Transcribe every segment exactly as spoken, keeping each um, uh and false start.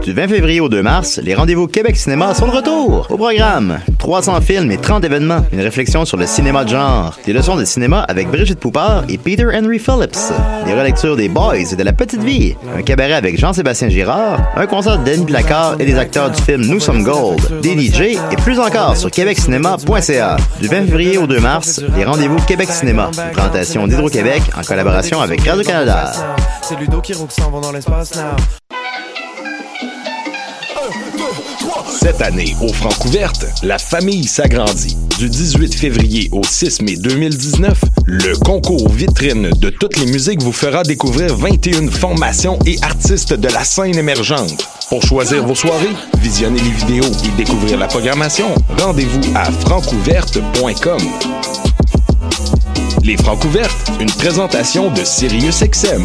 Du vingt février au deux mars, les rendez-vous Québec Cinéma sont de retour. Au programme, trois cents films et trente événements. Une réflexion sur le cinéma de genre. Des leçons de cinéma avec Brigitte Poupard et Peter Henry Phillips. Des relectures des Boys et de La Petite Vie. Un cabaret avec Jean-Sébastien Girard. Un concert de Denis Placard et des acteurs du film Nous sommes Gold. Des D J et plus encore sur québec cinéma point c a. Du vingt février au deux mars, les rendez-vous Québec Cinéma. Une présentation d'Hydro-Québec en collaboration avec Radio-Canada. C'est Ludo qui roule s'en va dans l'espace now. Cette année, au Francouverte, la famille s'agrandit. Du dix-huit février au six mai deux mille dix-neuf, le concours vitrine de toutes les musiques vous fera découvrir vingt et une formations et artistes de la scène émergente. Pour choisir vos soirées, visionner les vidéos et découvrir la programmation, rendez-vous à francouverte point com. Les Francouvertes, une présentation de Sirius X M.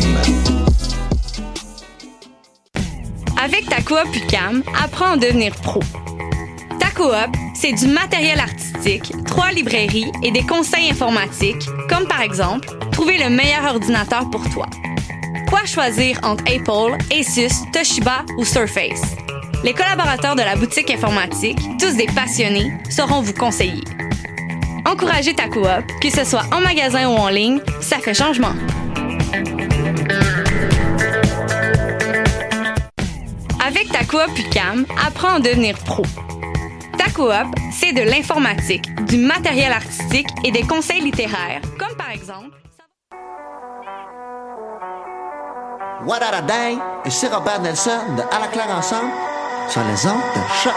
Avec ta coop U Q A M, apprends à devenir pro. Ta coop, c'est du matériel artistique, trois librairies et des conseils informatiques, comme par exemple, trouver le meilleur ordinateur pour toi. Quoi choisir entre Apple, Asus, Toshiba ou Surface? Les collaborateurs de la boutique informatique, tous des passionnés, sauront vous conseiller. Encouragez ta coop, que ce soit en magasin ou en ligne, ça fait changement. Avec ta coop U Q A M, apprends à devenir pro. Ta coop, c'est de l'informatique, du matériel artistique et des conseils littéraires, comme par exemple... What a day! Ici Robert Nelson de À la claire ensemble sur les ondes de choc.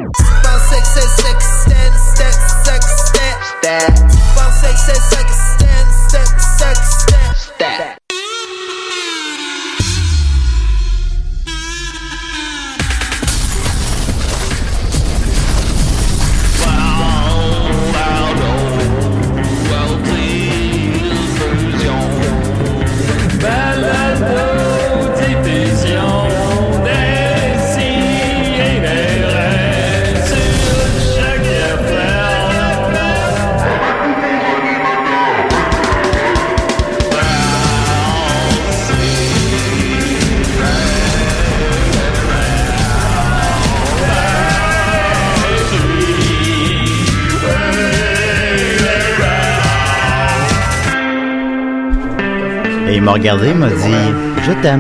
Et il m'a regardé, il m'a dit « Je t'aime ».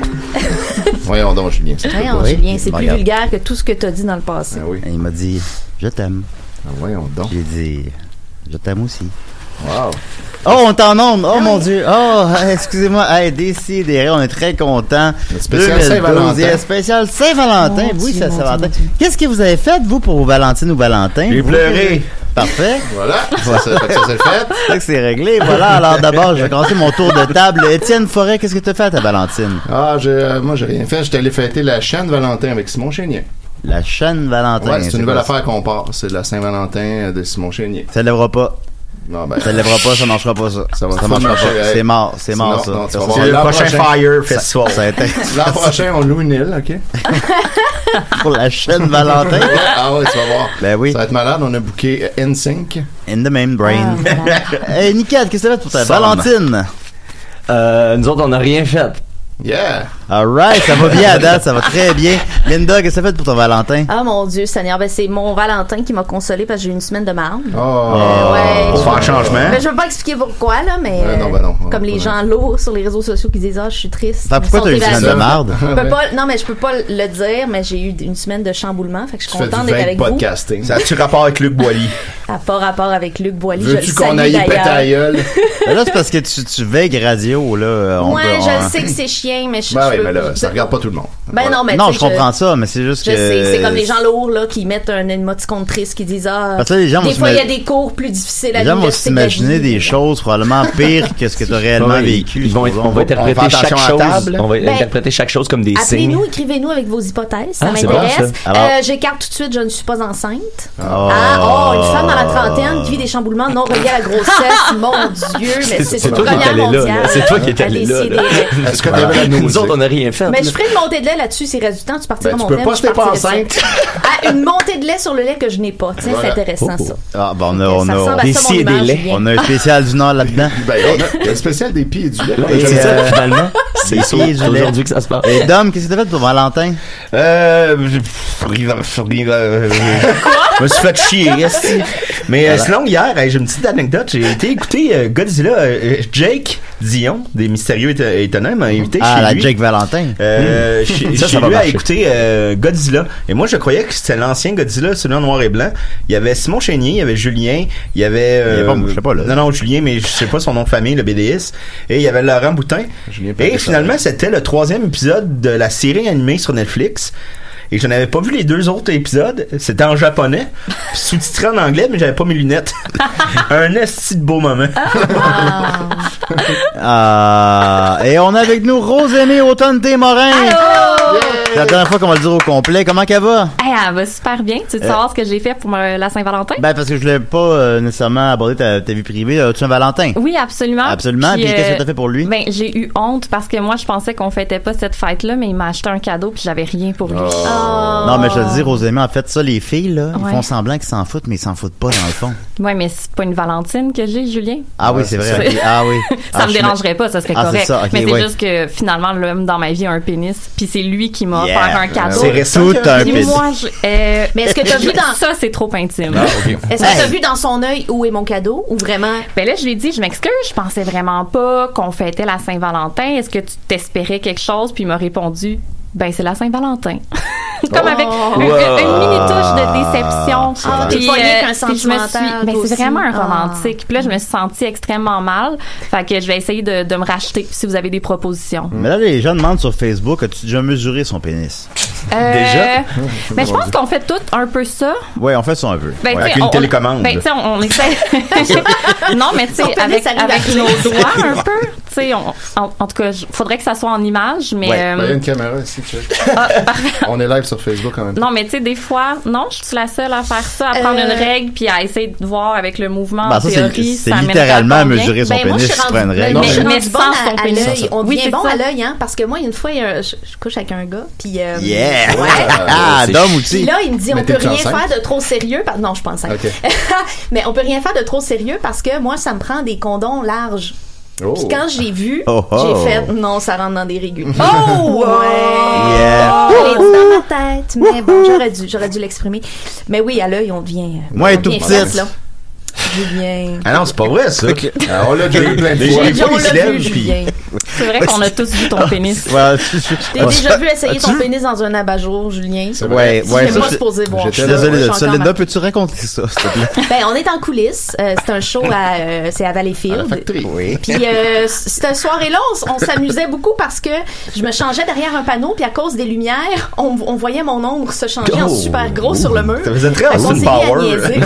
Voyons donc, Julien. Voyons, oui, Julien, c'est plus regarde. vulgaire que tout ce que tu as dit dans le passé. Ah oui. Et il m'a dit « Je t'aime Ah, voyons ». donc. J'ai dit « Je t'aime aussi ». Wow. Oh, on t'en onde. Oh, mon Dieu. Oh, excusez-moi. Hey, décidérez, on est très contents. Le spécial deux mille douze, Saint-Valentin. yeah, spécial Saint-Valentin. Mon oui, Dieu, ça mon Saint-Valentin. Dieu, mon Dieu. Qu'est-ce que vous avez fait, vous, pour Valentine ou Valentin? J'ai Vous? pleuré. Parfait. Voilà. Ça, ça, fait que ça c'est fait. C'est que c'est réglé. Voilà. Alors, d'abord, je vais commencer mon tour de table. Étienne Forêt, qu'est-ce que tu as fait à ta Valentine? Ah, j'ai, euh, moi, j'ai rien fait. J'étais allé fêter la chaîne Valentin avec Simon Chénier. La chaîne Valentin. Ouais, c'est une nouvelle quoi, affaire qu'on part. C'est la Saint-Valentin de Simon Chénier. ça? Ça lèvera pas. Non, ben. Ça lèvera pas, ça marchera pas, ça. Ça va ça full marchera marcher, pas. hey. C'est mort, c'est Sinon, mort, ça. non, tu vas Ça, voir c'est l'an le prochain prochain. Fire Festival. Ça a été L'an prochain, on loue une île, OK? pour la chaîne Valentin. Ah ouais, tu vas voir. Ben oui. Ça va être malade. On a booké N sync. In the main brain. Ah, voilà. Hey, Nickel, qu'est-ce que tu as fait pour ta Somme. Valentine? Euh, nous autres, on n'a rien fait. Yeah! Alright, ça va bien à date, ça va très bien. Linda, qu'est-ce que tu as fait pour ton Valentin? Ah mon Dieu Seigneur, ben c'est mon Valentin qui m'a consolé parce que j'ai eu une semaine de marde. Oh! Euh, ouais. Pour faire changement. Ben, je veux pas expliquer pourquoi là, mais Ouais, non, ben non. euh, comme Ouais, les ouais. gens lourds sur les réseaux sociaux qui disent ah je suis triste. Enfin, pourquoi t'as eu une semaine de marde? Je peux pas, non mais je peux pas le dire, mais j'ai eu une semaine de chamboulement, fait que je suis Tu fais contente du d'être vague avec vous. podcasting. Ça a-tu rapport avec Luc Boilly? À pas rapport avec Luc Boilly. je Veux-tu le qu'on salue aille péter d'ailleurs. à gueule? Ben là, c'est parce que tu, tu veilles radio, là. On Ouais, peut- je on- le sais que c'est chien, mais je, Ben je oui, peux- mais là, ça regarde pas tout le monde. Ben non, mais Non, tu je sais, comprends ça, mais c'est juste Je que... sais, c'est comme les gens lourds là qui mettent un émoticône triste qui disent ah. Parce que là, les gens vont des fois il y a s'ima- des cours plus difficiles à Les gens vont l'université de la s'imaginer vie. des choses probablement pires que ce que tu as réellement Ouais, vécu. ils vont, supposons. on va interpréter On fait chaque attention à la chose. table. On va Ben, interpréter chaque chose comme des signes. Appelez-nous, écrivez-nous avec vos hypothèses, ça Ah, c'est m'intéresse. bon, ça. Alors- Euh, J'écarte tout de suite, je ne suis pas enceinte. Oh. Ah, oh, une femme dans la trentaine qui vit des chamboulements non reliés à la grossesse. Mon Dieu, mais c'est, C'est une toi qui es première allé là, mondiale. là. C'est toi qui es allé là, là. Est-ce que t'avais la Nous autres, on n'a rien fait. Mais là. je ferai une montée de lait là-dessus, s'il reste du temps, tu partiras Ben, tu mon peux thème, pas je si t'es pas partirai enceinte. dessus. Ah, une montée de lait sur le lait que je n'ai pas. Tiens, c'est intéressant, Oh, oh. ça. Ah, ben, on a, Ça on ressemble a, à des ça, mon si et des image, laits. Julien. on a un spécial du Nord là-dedans. Ben, on a, il y a le spécial des pieds et du lait. Et Et, c'est ça, euh, finalement. C'est ça, pieds, c'est je l'ai. aujourd'hui que ça se passe. Et Dom, qu'est-ce que t'as fait pour Valentin? Euh, je je me suis fait chier, esti. Mais euh, sinon, hier, hey, j'ai une petite anecdote. J'ai été écouter euh, Godzilla. euh, Jake Dion, des Mystérieux Éto- Étonnants, m'a invité Ah, chez la lui. Jake Valentin. Euh, chez, Ça, ça chez va lui à marcher. écouter euh, Godzilla. Et moi, je croyais que c'était l'ancien Godzilla, celui en noir et blanc. Il y avait Simon Chénier, il y avait Julien, il y avait... Il y avait pas- je sais pas, là. Non, non, Julien, mais je sais pas son nom de famille, le B D S. Et il y avait Laurent Boutin. Julien Et Paquet, finalement, ça. c'était le troisième épisode de la série animée sur Netflix. Et je n'avais pas vu les deux autres épisodes. C'était en japonais, sous-titré en anglais, mais j'avais pas mes lunettes. Un esti de beau moment. Ah, et on a avec nous Rosémie Automne-Morin. C'est la dernière fois qu'on va le dire au complet. Comment qu'elle va? Hey, elle va super bien. Tu veux Euh, savoir ce que j'ai fait pour euh, la Saint-Valentin? Ben, parce que je voulais pas euh, nécessairement aborder ta, ta vie privée. As-tu un Valentin? Oui, absolument. Absolument. Puis, euh, qu'est-ce que t'as fait pour lui? Ben, j'ai eu honte parce que moi, je pensais qu'on fêtait pas cette fête-là, mais il m'a acheté un cadeau puis j'avais rien pour lui. Non, mais je te le dis, Rosémie, en fait, ça, les filles, là, ils Ouais. font semblant qu'ils s'en foutent, mais ils s'en foutent pas dans le fond. Ouais, mais c'est pas une Valentine que j'ai, Julien. Ah oui, Ouais, c'est c'est vrai. ça. ok. Ah oui. Ça Ah, me je- dérangerait pas, ça serait Ah, c'est correct. ça, ok, mais c'est ouais. juste que finalement, l'homme dans ma vie a un pénis, puis c'est lui qui m'a Yeah. offert un cadeau. C'est récent. Tout que- un Puis pénis. moi, je, euh, Mais est-ce que t'as vu dans, ça, c'est trop intime. est-ce que t'as vu dans son œil où est mon cadeau ou vraiment? Ben là, je lui ai dit, je m'excuse, je pensais vraiment pas qu'on fêtait la Saint-Valentin. Est-ce que tu t'espérais quelque chose? Puis il m'a répondu, ben c'est la Saint-Valentin. Comme avec un- Wow. une mini touche de déception. Ah, t'es Puis, pogné euh, qu'un puis je me sentimental, suis, ben toi c'est aussi. vraiment un Ah. romantique. Puis là, je me suis sentie extrêmement mal. Fait que je vais essayer de, de me racheter si vous avez des propositions. Mais là, les gens demandent sur Facebook, as-tu déjà mesuré son pénis? Euh, Déjà? Mais je pense qu'on fait tous un peu ça. Ouais, on fait ça un peu. Ben, Ouais. tu sais, Avec une on- télécommande. Ben, tu sais, on, on essaie. non, mais tu Son sais, pénis avec, arrive avec à nos clé. doigts un peu. Tu sais, on- en, en tout cas, il faudrait que ça soit en image, mais. Ouais, euh, Ben, il y a une caméra ici, check. ah, parfait. On est live sur Facebook en même temps. Non, mais tu sais, des fois, non, je suis la seule à faire ça, à prendre Euh, une règle puis à essayer de voir avec le mouvement. Ben, en ça, c'est- théorie, c'est ça mènerait littéralement à combien? mesurer son Ben, moi, je pénis suis si tu prends une rendue, règle. Non, mais je suis mais rendue sans bonne son à, à pénis. l'œil. On Oui, devient c'est bon ça. à l'œil, hein, parce que moi, une fois, il y a un- je, je couche avec un gars, puis euh, Yeah! ouais. Ah, c'est Dom Puis aussi. là, il me dit, Mais on peut t'es-tu rien enceinte? faire de trop sérieux. Par... Non, je pense pas. Ok. Mais on peut rien faire de trop sérieux parce que moi, ça me prend des condoms larges. Oh. Puis quand j'ai vu, Oh, oh. j'ai fait, non, ça rentre dans des régules. Oh! Ouais! Yeah. Je l'ai dit dans ma tête, mais bon, j'aurais dû, j'aurais dû l'exprimer. Mais oui, à l'œil, on devient. Moi, on elle est tout devient petite. fesse, là. Julien. Ah non, c'est pas vrai, ça. Ah, on l'a déjà vu plein de Les- fois. les- Déjà, on il se l'a lève, vu, puis- Julien. C'est vrai qu'on a tous vu ton pénis. Ouais, je- je- T'as déjà vu essayer ton As-tu- pénis dans un abat-jour, Julien? C'est Ouais, Je ouais, suis ça, pas je- supposé voir. je suis J'étais là, désolé Je de suis ça. encore Linda, mal. peux-tu raconter ça, s'il te plaît? Ben, on est en coulisses. Euh, c'est un show à, euh, c'est à À la Valleyfield. factory. Oui. Puis euh, cette soirée-là, on, s- on s'amusait beaucoup parce que je me changeais derrière un panneau, puis à cause des lumières, on, on voyait mon ombre se changer en Oh. super gros sur le mur. Ça faisait très Fait qu'on Austin s'est mis à Power. niaiser.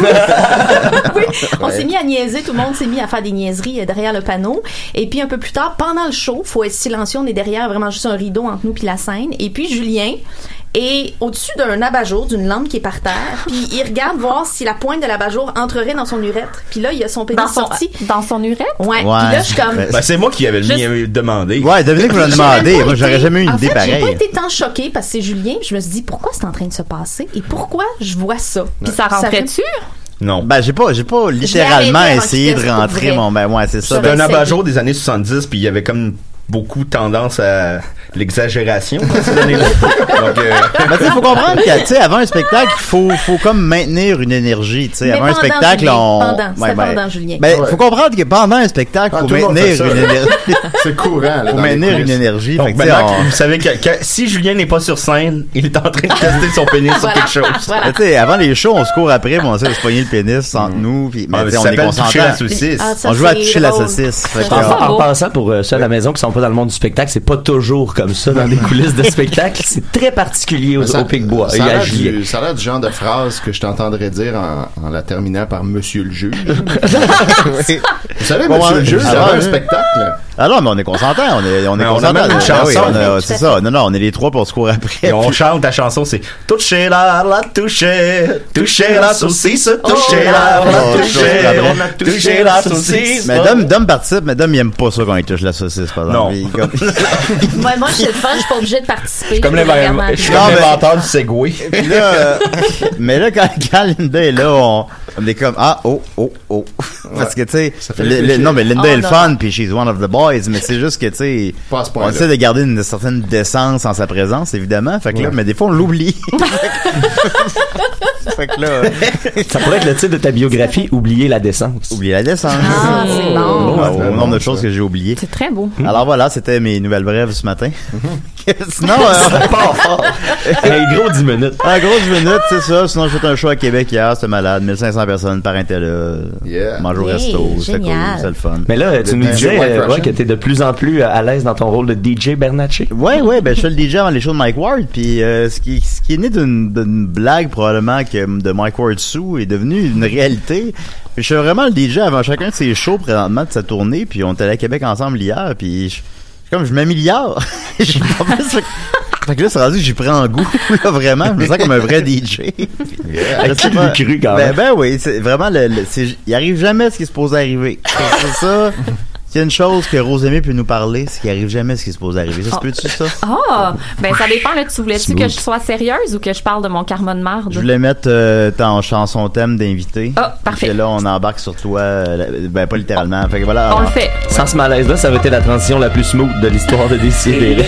Oui, on s'est mis à niaiser, tout le monde s'est mis à faire des niaiseries euh, derrière le panneau. Et puis un peu plus tard, pendant le show, faut être silencieux, on est derrière vraiment juste un rideau entre nous puis la scène. Et puis Julien est au-dessus d'un abat-jour, d'une lampe qui est par terre, puis il regarde voir si la pointe de l'abat-jour entrerait dans son urètre. Puis là, il y a son pénis Dans son, sorti. dans son urètre? Ouais. Puis Ouais. là, je suis comme. Ben, Ben, c'est moi qui avais Juste- mis, euh, demandé. Ouais, Dominique vous l'a J'ai demandé. même pas Moi, j'aurais été- jamais eu une en idée fait, j'ai pareille. pas été tant choquée parce que c'est Julien. puis Je me suis dit, pourquoi c'est en train de se passer et pourquoi je vois ça? Puis ça rentrait-tu? Non. Ben, j'ai pas, j'ai pas littéralement arrêté avant essayé qu'il de teste pour rentrer vrai. mon, ben, ouais, c'est ça. J'aurais C'était un essayé. abat-jour des années soixante-dix, puis il y avait comme beaucoup tendance à l'exagération dans ces années-là. Donc, euh, Ben, tu sais, faut comprendre que, tu sais, avant un spectacle, il faut, faut comme maintenir une énergie, tu sais. Mais Avant un pendant, spectacle, Julien, on. pendant, c'était Ouais, ben, pendant, Julien. Ben, Ouais. faut comprendre que pendant un spectacle, Ah, faut tout le monde maintenir fait ça, une là. énergie. C'est courant, là. Faut dans les maintenir une coulisses. énergie. donc Fait que, tu sais, maintenant, on- vous savez que, que si Julien n'est pas sur scène, il est en train de tester son pénis sur Voilà. quelque chose. Voilà. Ben, tu sais, avant les shows, on se court après, mais on essaie de se poigner le pénis entre nous, puis, mais, Ah, tu sais, ça on est s'appelle toucher consentant. la saucisse. Ah, ça, On joue à c'est toucher la drôle. saucisse. Fait Ça, que, je on- pense En beau. passant, pour euh, ceux à la maison qui sont pas dans le monde du spectacle, c'est pas toujours comme ça dans les coulisses de spectacle. C'est très particulier aux, Ça- au Pic-Bois. ça Et a à l'air Julien. du, ça a l'air du genre de phrase que je t'entendrais dire en, en la terminant par Monsieur le juge. Oui. Vous savez, Bon, Monsieur ouais, le juge, ça il y va, avait un hein. spectacle Ah non, mais on est consentants, on est, on est Mais on a consentants. même une Ah chanson. oui, on a- Oui, c'est tout à ça. fait. Non, non, on est les trois pour se courir après. Et on chante la chanson, c'est toucher la, la toucher, toucher la saucisse, toucher la, la toucher, on a touché la saucisse. Mais Dom, Dom participe, mais Dom, il aime pas ça quand il touche la saucisse, par exemple. Non. Il- comme- Moi, moi, je suis le fun, je suis pas obligée de participer. Comme Je l'invent- regarde ma je suis vie. comme l'inventeur du Segway. Puis là, euh, mais là, quand, quand Linda est là, on, on est comme, ah, oh, oh, oh. Parce que, tu sais, fait le- le- réfléchir. non, mais Linda Oh, est le non. fun, puis she's one of the boys, mais c'est juste que, tu sais, Pas à ce on point-là. essaie de garder une certaine décence en sa présence, évidemment. Fait que là, Ouais. mais des fois, on l'oublie. Fait que là, Ça pourrait être le titre de ta biographie, Oublier la décence. oublier la décence. Ah, c'est bon. Ah, au très nombre bon, de choses ça. que j'ai oubliées. C'est très beau. Alors voilà, c'était mes nouvelles brèves ce matin. Sinon, euh, Hey, gros dix minutes. en gros, dix minutes, c'est ça. Sinon, j'ai fait un show à Québec hier, c'était malade. mille cinq cents personnes par là. Yeah. Mange au Hey, resto, c'était cool, génial. c'était le fun. Mais là, tu nous D J disais White euh, Russian. ouais, que t'es de plus en plus à l'aise dans ton rôle de D J Bernatchez. Ouais, ouais, ben je fais le D J avant les shows de Mike Ward, puis euh, ce qui ce qui est né d'une d'une blague probablement que de Mike Ward sous est devenu une réalité. Puis je fais vraiment le D J avant chacun de ses shows présentement de sa tournée, puis on est allé à Québec ensemble hier, puis je, comme je m'améliore. Je en plus, fait, que- fait que là c'est rendu que j'y prends goût là vraiment, je me sens comme un vrai D J. Yeah. Je sais Qui pas. l'eût cru quand Ben, même? ben oui, c'est vraiment le, le- c'est, il arrive jamais ce qui est supposé arriver. C'est c'est ça. S'il y a une chose que Rosemée peut nous parler, c'est qu'il arrive jamais ce qui est supposé arriver. Ça se peut-tu, ça? Ah! Ben, ça dépend, là. Tu voulais-tu Smooth. que je sois sérieuse ou que je parle de mon karma de marde? Je voulais mettre euh, ton chanson thème d'invité. Ah, parfait. Puis que là, on embarque sur toi. euh, ben, pas littéralement. Fait que voilà. On alors- le fait. Sans ce malaise-là, ça aurait été la transition la plus smooth de l'histoire de Décidéré.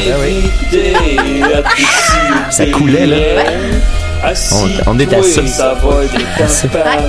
Ça coulait, là. On, on était à ça. À ça.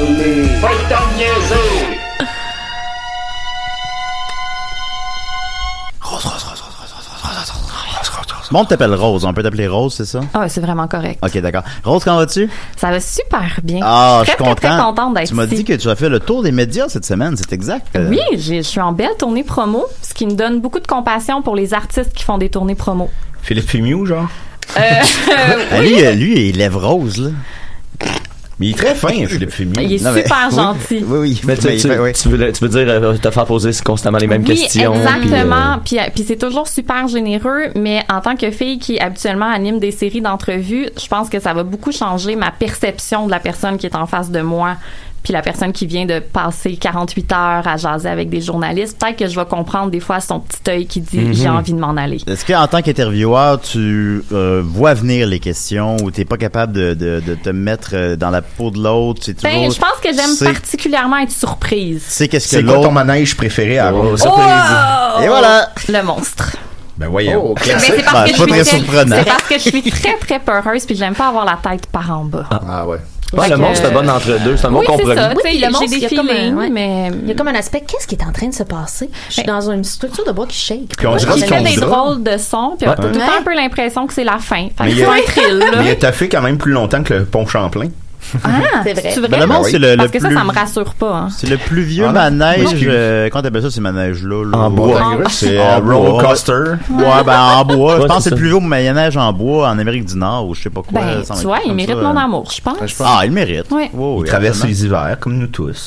Bon, on t'appelle Rose. On peut t'appeler Rose, c'est ça? Ah, c'est vraiment correct. Ok, d'accord. Rose, comment vas-tu? Ça va super bien. Ah, je très, suis très, content. très contente d'être Tu m'as ici. dit que tu as fait le tour des médias cette semaine, c'est exact? Euh, Oui, j'ai- je suis en belle tournée promo, ce qui me donne beaucoup de compassion pour les artistes qui font des tournées promo. Philippe Fémieux, genre. Euh, Ah, lui, euh, lui, il lève Rose, là. Mais il est très fin, Philippe Fémieux. il est Non, mais- super oui. gentil. Oui, oui. Mais tu, Mais il tu, fait- oui. tu veux, tu veux dire euh, te faire poser constamment les mêmes oui, questions. exactement. puis, euh, Puis, puis c'est toujours super généreux, mais en tant que fille qui habituellement anime des séries d'entrevues, je pense que ça va beaucoup changer ma perception de la personne qui est en face de moi. Puis la personne qui vient de passer quarante-huit heures à jaser avec des journalistes, peut-être que je vais comprendre des fois son petit œil qui dit Mhm. j'ai envie de m'en aller. Est-ce qu'en tant qu'intervieweur, tu euh, vois venir les questions ou t'es pas capable de, de, de te mettre euh, dans la peau de l'autre? C'est toujours. Ben, je pense que j'aime c'est- particulièrement être surprise. C'est qu'est-ce que C'est quoi ton l'autre. manège préféré à avoir? Oh! Et voilà! Le monstre. Ben voyons. Oh, Ben, classique. c'est parce Ben, que c'est je pas très suis surprenant. C'est parce que je suis très très peureuse puis j'aime pas avoir la tête par en bas. Ah ouais. ouais, le que- monstre, c'est bon entre deux. C'est un bon Oui, c'est compromis. ça. Tu sais, Oui, le j'ai monstre, des il y a comme un- feelings, ouais. mais Il y a comme un aspect, qu'est-ce qui est en train de se passer? Je suis Ben- dans une structure de bois qui shake. Puis on dirait qui ce fait qu'on des voudra. drôles de sons, puis on a tout le temps un peu l'impression que c'est la fin. Fait Mais que il y a- faut être thrill, là. Mais t'as fait quand même plus longtemps que le pont Champlain. Ah, C'est vrai. c'est vrai? Ben, le monstre, oui. c'est le, Parce le que ça, plus. ça me rassure pas. Hein. C'est le plus vieux Ah non, manège. excuse. Euh, comment t'appelles ça, ces manèges-là? là? En bois. Ouais. C'est En euh, roller coaster. Ouais, ben en bois. Ouais, Je pense que c'est c'est le ça. plus vieux manège en bois en Amérique du Nord ou je sais pas quoi. Ben, ça va tu être vois, il comme mérite ça, mon euh. amour, je pense. Je pense. Ah, il le mérite. Oui. Oui, Il traverse absolument. les hivers, comme nous tous.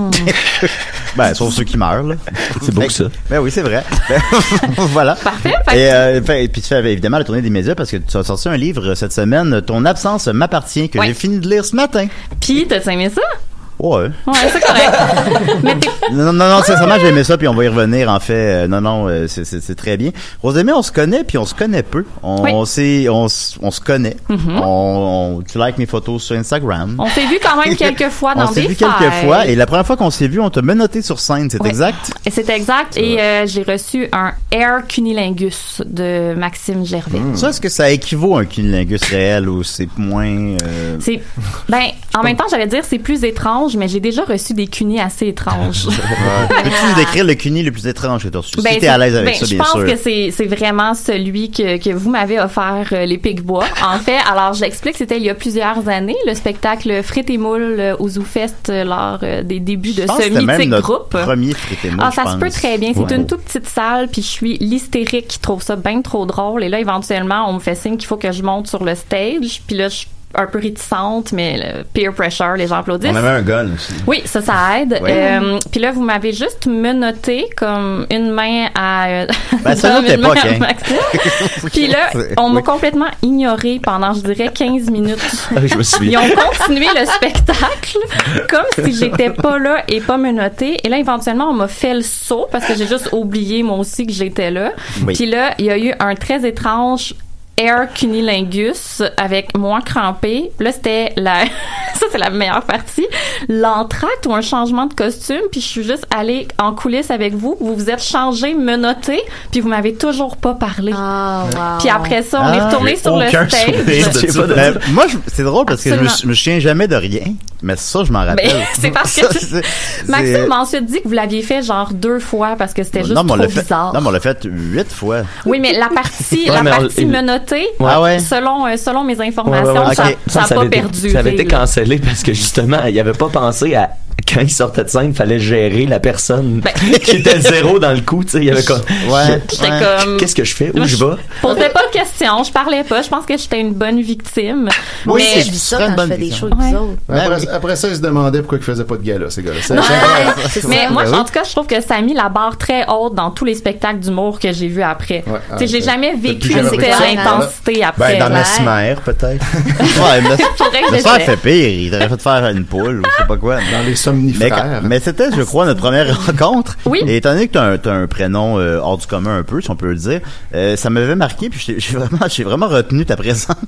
Ben, sauf ceux qui meurent, là. C'est beau que ça. Ben oui, c'est vrai. Ben, voilà. Parfait. Fait Et, euh, fait- et puis tu fais évidemment la tournée des médias parce que tu as sorti un livre cette semaine, Ton absence m'appartient, que Ouais. j'ai fini de lire ce matin. Puis, t'as aimé ça? Ouais. Ouais, c'est correct. Mais t'es- Non, non, non, sincèrement, j'ai aimé ça, puis on va y revenir, en fait. Euh, non, non, euh, c'est, c'est, c'est très bien. Rosemée, on se connaît, puis on se connaît peu. On, Oui. on, sait, on, s- on se connaît. Mhm. on, on- tu likes mes photos sur Instagram. on s'est vu quand même quelques fois dans On s'est des vu quelques fêtes. fois, et la première fois qu'on s'est vu, on t'a menotté sur scène, c'est Ouais. exact? Et c'est exact. Et euh, j'ai reçu un Air Cunilingus de Maxime Gervais. Ça, est-ce que ça équivaut à un cunilingus réel ou c'est moins... euh, C'est ben en même temps j'allais dire c'est plus étrange mais j'ai déjà reçu des cunis assez étranges. Peux-tu nous décrire le cuni le plus étrange que tu as reçu? Ben, si t'es à l'aise avec ben, ça, bien je pense sûr. que c'est c'est vraiment celui que que vous m'avez offert euh, les Pic-Bois. En fait, alors je l'explique, c'était il y a plusieurs années le spectacle Frites et moules euh, au ZooFest euh, lors euh, des débuts de Je pense ce que c'était même mythique notre groupe. premier Frites et moules, Ah, je ça se peut pense. très bien. C'est Ouais. une toute petite salle, puis je suis l'hystérique qui trouve ça bien trop drôle. Et là, éventuellement, on me fait signe qu'il faut que je monte sur le stage. Puis là, je un peu réticente, mais le peer pressure, les gens applaudissent. On avait un gun aussi. Oui, ça, ça aide. Oui. Euh, puis là, vous m'avez juste menotté comme une main à... Euh, ben, c'est une autre époque, hein. Puis là, on m'a complètement ignoré pendant, je dirais, quinze minutes. Je me souviens. Ils ont continué le spectacle comme si j'étais pas là et pas menottée. Et là, éventuellement, on m'a fait le saut parce que j'ai juste oublié, moi aussi, que j'étais là. Oui. Puis là, il y a eu un très étrange air cunilingus avec moi crampé. Là, c'était la... ça, c'est la meilleure partie. L'entracte ou un changement de costume. Puis je suis juste allée en coulisses avec vous. Vous vous êtes changé, menotté. Puis vous m'avez toujours pas parlé. Ah, wow. Puis après ça, on Ah, est retourné sur le stage. Je sais pas de- Ben, moi, je- c'est drôle parce Absolument. que je me, je me souviens jamais de rien. Mais ça, je m'en rappelle. Ben, c'est parce Ça, que c'est- Maxime c'est- m'a ensuite dit que vous l'aviez fait genre deux fois parce que c'était juste non, mais on trop l'a fait, bizarre. non, mais on l'a fait huit fois. Oui, mais la partie, Ouais, la mais on- partie il- menottée, Ah ouais? selon, euh, selon mes Ouais, informations, ouais, ouais. ça Ok. ça a pas avait été- perdu. Ça avait été cancellé parce que justement, il avait pas pensé à quand il sortait de scène, il fallait gérer la personne Ben. qui était zéro dans le coup, tu sais, il y avait comme Ouais. J'étais ouais. comme... qu'est-ce que je fais, où Moi, je je vais. posais pas de questions, je parlais pas. Je pense que j'étais une bonne victime. Moi mais aussi, je vis ça serais une quand je bonne fais des victime. shows avec Ouais. vous autres. Ben Après, oui. après ça, ils se demandaient pourquoi ils faisaient pas de gala, ces gars-là. C'est- Ouais, c'est- c'est ça. Mais moi, Ben en oui. tout cas, je trouve que ça a mis la barre très haute dans tous les spectacles d'humour que j'ai vus après. Ouais, Tu sais, ah, j'ai ça- jamais t'as vécu plus jamais une vécu telle ça, hein? intensité après. Ben, dans Ouais. Mesmer, peut-être. Ouais, mais Faudrait que mais ça a j'essaie. fait pire. Il t'aurait fait faire une poule ou je sais pas quoi. Dans les Mais, somnifères. mais c'était, je crois, notre première rencontre. Oui. Et étant donné que t'as un, t'as un prénom euh, hors du commun un peu, si on peut le dire, euh, ça m'avait marqué. Puis j'ai j'ai vraiment, j'ai vraiment retenu ta présence.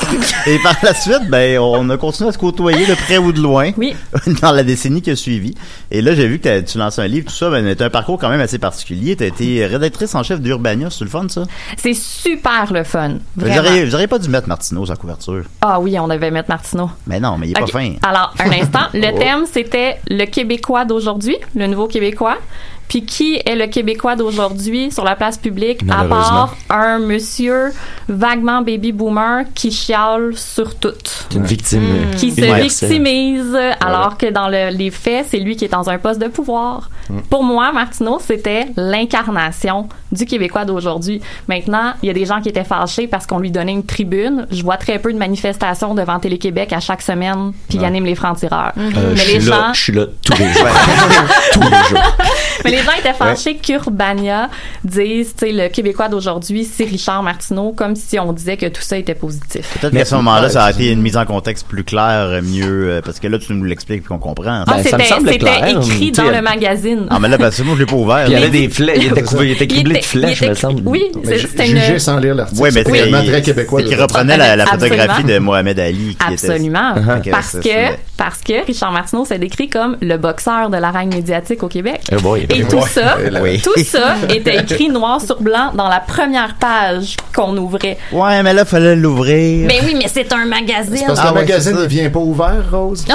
Et par la suite, ben, on a continué à se côtoyer de près ou de loin Oui. dans la décennie qui a suivi. Et là, j'ai vu que t'as- tu lançais un livre, tout ça. Ben, t'as un parcours quand même assez particulier. T'as été rédactrice en chef d'Urbania. C'est le fun, ça? C'est super le fun. Vous Vraiment. auriez, vous auriez pas dû mettre Martineau sur la couverture. Ah oui, on devait mettre Martineau. Mais non, mais il est Ok. pas fin. Alors, un instant. Le Oh. thème, c'était le Québécois d'aujourd'hui, le nouveau Québécois. Puis qui est le Québécois d'aujourd'hui sur la place publique, à Malheureusement. part un monsieur vaguement baby boomer qui chiale sur tout. C'est une victime. euh, Qui se universelle. victimise, alors que dans le- les faits, c'est lui qui est dans un poste de pouvoir. Pour moi, Martineau, c'était l'incarnation du Québécois d'aujourd'hui. Maintenant, il y a des gens qui étaient fâchés parce qu'on lui donnait une tribune. Je vois très peu de manifestations devant Télé-Québec à chaque semaine, puis il anime les francs-tireurs. Euh, Mais je les suis gens... là, je suis là tous les jours. tous les jours. Mais les gens étaient fâchés qu'Urbania dise, tu sais, le Québécois d'aujourd'hui, c'est Richard Martineau, comme si on disait que tout ça était positif. Peut-être Mais- qu'à ce moment-là, Ouais, ça a c'est- été une mise en contexte plus claire, mieux, euh, parce que là, tu nous l'expliques et qu'on comprend. Ah, Ben, ça me c'était semble c'était clair. écrit Tu sais, dans elle- le magazine. Ah, mais là, parce que moi, je l'ai pas ouvert. Puis il y là. avait des flèches, il était couvert, il était Il criblé de était- flèches, il me était- semble. Oui, Mais c'est- ju- c'était Jugé une... sans lire l'article. Oui, mais c'est c'est tellement très québécois. c'est qui de- reprenait la, la Absolument. photographie de Mohamed Ali. Qui Absolument. Était, Fait que Parce ça, que, c'est- parce que Richard Martineau s'est décrit comme le boxeur de l'arène médiatique au Québec. Oh boy. Et tout ça, Et là- Oui. tout ça était écrit noir sur blanc dans la première page qu'on ouvrait. Ouais, mais là, fallait l'ouvrir. Ben oui, mais c'est un magazine. Parce que Ah le ouais, magazine, c'est ça. il vient pas ouvert, Rose.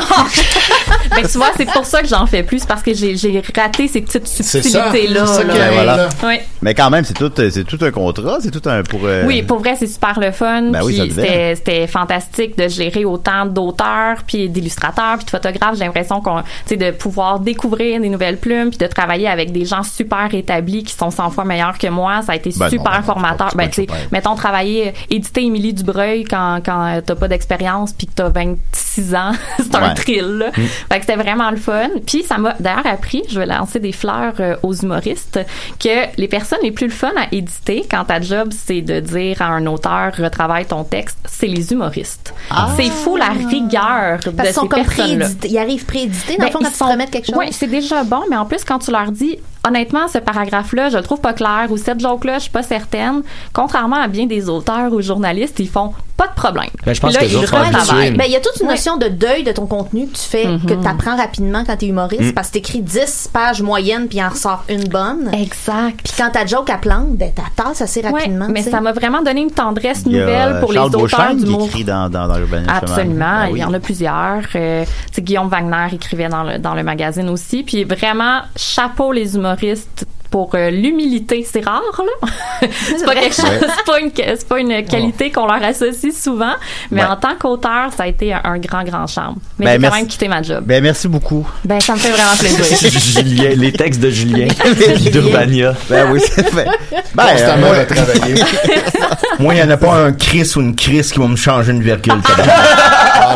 Ben tu vois, c'est pour ça que j'en fais plus, parce que j'ai j'ai raté ces petites C'est ça. subtilités-là. C'est ça là. qui arrive, voilà. là. Oui. Mais quand même, c'est tout, c'est tout un contrat, c'est tout un pour. euh, Oui, pour vrai, c'est super le fun. Ben oui, puis ça devait. c'était, c'était fantastique de gérer autant d'auteurs, puis d'illustrateurs, puis de photographes. J'ai l'impression qu'on, tu sais, de pouvoir découvrir des nouvelles plumes, puis de travailler avec des gens super établis qui sont cent fois meilleurs que moi. Ça a été Ben non, super ben non, formateur. c'est pas Ben, tu sais, super. mettons, travailler, euh, éditer Émilie Dubreuil quand, quand euh, t'as pas d'expérience, puis que t'as vingt-six ans. c'est un Ouais. thrill, là. Fait que c'était vraiment le fun. Puis ça m'a d'ailleurs appris, je vais lancer des fleurs euh, aux humoristes, que les personnes les plus le fun à éditer quand ta job c'est de dire à un auteur retravaille ton texte, c'est les humoristes. C'est fou la rigueur de Parce qu'ils sont ces comme personnes-là. préédités. Ils arrivent préédités, dans Ben, le fond, ils quand ils sont- te remettent quelque chose. Oui, c'est déjà bon, mais en plus, quand tu leur dis, honnêtement, ce paragraphe-là, je le trouve pas clair, ou cette joke-là, je suis pas certaine, contrairement à bien des auteurs ou journalistes, ils font pas de problème. Ben, je pense Puis là, que les ils autres sont retravaillent. habitués. Ben, il y a toute une Ouais. notion de deuil de ton contenu que tu fais, que tu apprends rapidement quand tu es humoriste, parce que tu écris dix pages moyennes, puis il en ressort une bonne. Exact. Puis quand ta joke, elle plante, ben, t'as tasse assez Ouais, rapidement. mais tu sais. ça m'a vraiment donné une tendresse Il y a, nouvelle pour Charles les auteurs Beauchamp qui d'humour. écrit dans, dans, dans Urbania. Absolument, Ben il oui. y en a plusieurs. Euh, tu sais, Guillaume Wagner écrivait dans le, dans le magazine aussi. Puis vraiment, chapeau les humoristes pour euh, l'humilité. C'est rare, là. c'est pas quelque chose, c'est pas une, c'est pas une qualité qu'on leur associe souvent. Mais Ouais. en tant qu'auteur, ça a été un, un grand, grand charme. Mais Ben, j'ai quand merci. même quitté ma job. Ben, merci beaucoup. Ben, ça me fait vraiment plaisir. Julien, les textes de Julien d'Urbania. Ben oui, c'est fait. Ben, Constamment euh, retravailler. Moi, il n'y en a pas un Chris ou une Chris qui va me changer une virgule. tabarnak.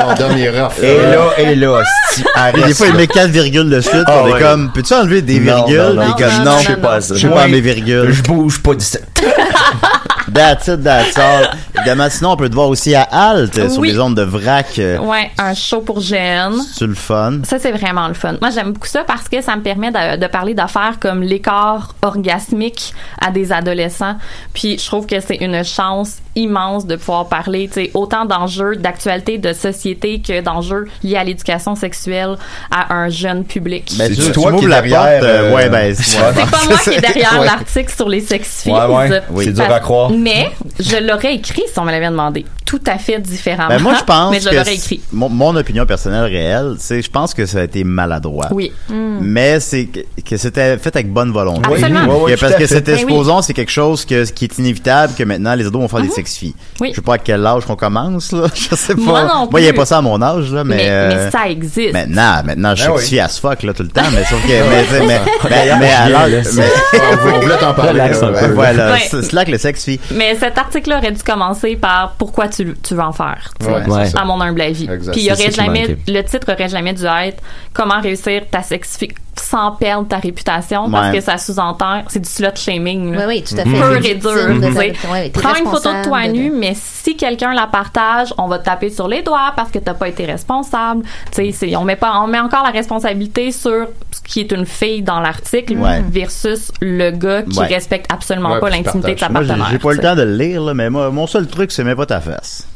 on donne les refs. Et là, et là, hostie, arrête Des fois, il ça. met quatre virgules de suite. Ah on est ouais. comme, peux-tu enlever des Non, virgules? non, non. Et comme, Non, non, non, je sais non, pas non. ça. Je sais Moi, pas mes virgules. Je bouge pas d'ici. That's it, that's all. Évidemment, sinon, on peut te voir aussi à Alt, euh, sur Oui. les ondes de vrac. euh, Ouais, un show pour jeunes. C'est le fun. Ça, c'est vraiment le fun. Moi, j'aime beaucoup ça parce que ça me permet de, de parler d'affaires comme l'écart orgasmique à des adolescents. Puis, je trouve que c'est une chance immense de pouvoir parler, tu sais, autant d'enjeux d'actualité, de société que d'enjeux liés à l'éducation sexuelle à un jeune public. Ben, C'est tu, tu toi qui m'ouvres es la derrière, porte. euh, euh, ouais, ben, c'est ouais. C'est pas moi qui est derrière Ouais. l'article sur les sex Ouais, ouais. Oui. C'est dur à croire. Mais je l'aurais écrit si on me l'avait demandé. Tout à fait différemment. Ben, moi, je pense Mais je que l'aurais c'est- écrit. Mon, mon opinion personnelle réelle, c'est, je pense que ça a été maladroit. Oui. Mais c'est que, que c'était fait avec bonne volonté. Absolument. Oui, oui, Que- tout parce à que fait. c'était, Ben oui. supposons, c'est quelque chose que, qui est inévitable que maintenant les ados vont faire des sex-filles. Oui. Je sais pas à quel âge qu'on commence, là. Je sais pas. Moi non Moi, il n'y a plus. pas ça à mon âge, là, mais. Mais, euh, mais ça existe. Maintenant, maintenant, je Ben suis oui. as fuck, là, tout le temps, mais sauf que, mais, tu sais, mais, mais, mais à Julien, l'âge, là, mais, On voulait t'en parler. Relax un euh, peu. voilà, Ouais. c'est c'est là que le sex-fille. Mais cet article-là aurait dû commencer par pourquoi tu, tu veux en faire, tu sais, Ouais, Ouais. c'est ça. à mon humble avis. Exact. Puis il y C'est aurait ça qui jamais, manquait. le titre aurait jamais dû être comment réussir ta sexification sans perdre ta réputation parce Ouais. que ça sous-entend, c'est du slut shaming. Oui, là. oui, tout à fait. Pur T'es et dur. victime de tu ta- sais. ouais, t'es Prends une photo de toi responsable nu, de- mais si quelqu'un la partage, on va te taper sur les doigts parce que t'as pas été responsable. Tu sais, c'est- on met pas, on met encore la responsabilité sur ce qui est une fille dans l'article Ouais. versus le gars qui Ouais. respecte absolument Ouais, pas puis qui l'intimité de sa Moi, j'ai partenaire. j'ai pas eu le tu sais. temps de le lire, là, mais moi, mon seul truc, c'est mets pas ta fesse.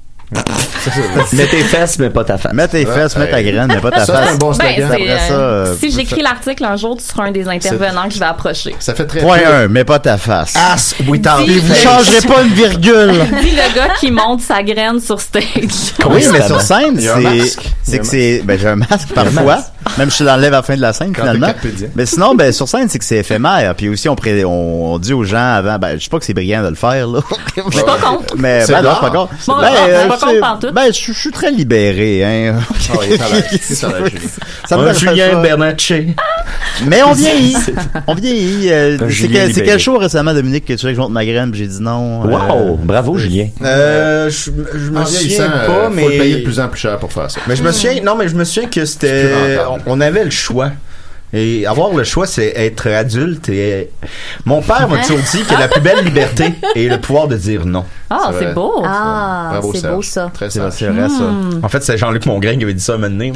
Mets tes fesses, mais pas ta face. Mets tes fesses, mets ta hey. graine, mais pas ta Ça, c'est face. un bon Ben, slogan. c'est, Après ça, euh, euh, si j'écris l'article un jour, tu seras un des intervenants que je vais approcher. Ça fait très Point peu. un, mets pas ta face. Ass without Dis- Vous Hey. changerez pas une virgule. Dis le gars qui monte sa graine sur stage. Oui, mais sur Constamment. scène, Il y a un c'est, masque. Il y c'est a que un c'est, ben, j'ai un masque parfois. Même je l'enlève à la fin de la scène, Quand finalement. t'es carpédien. Mais sinon, ben, sur scène, c'est que c'est éphémère. Puis aussi, on, pré- on, on dit aux gens avant, ben, je sais pas que c'est brillant de le faire, là. Je suis pas contre. Mais, C'est ben, non, je rare. suis pas contre. Bon, Ben, non, je suis euh, pas c'est- contre pantoute. ben, je je suis très libéré, hein. Ah oui, ça a l'air. Ça a l'air, Julie. Ça me Un dérange Julien pas. Bernatchez. Mais on vieillit. On vieillit. euh, Un c'est, Julien que- c'est libéré. quel show récemment, Dominique, que tu veux que je monte ma graine, puis j'ai dit non. euh, Wow! Bravo, Julien. Euh, je, je me En souviens vieillissant, pas, euh, mais. faut le payer de plus en plus cher pour faire ça. Mais je me souviens, non, mais je me souviens que c'était, C'est plus on, rentable. on avait le choix. Et avoir le choix, c'est être adulte. Et mon père m'a toujours dit que la plus belle liberté est le pouvoir de dire non. Ah, C'est c'est vrai. beau. Ah, Bravo, c'est Serge. beau ça. Très C'est vrai, sage. c'est vrai, ça. En fait, c'est Jean-Luc Mongrain qui avait dit ça un moment donné.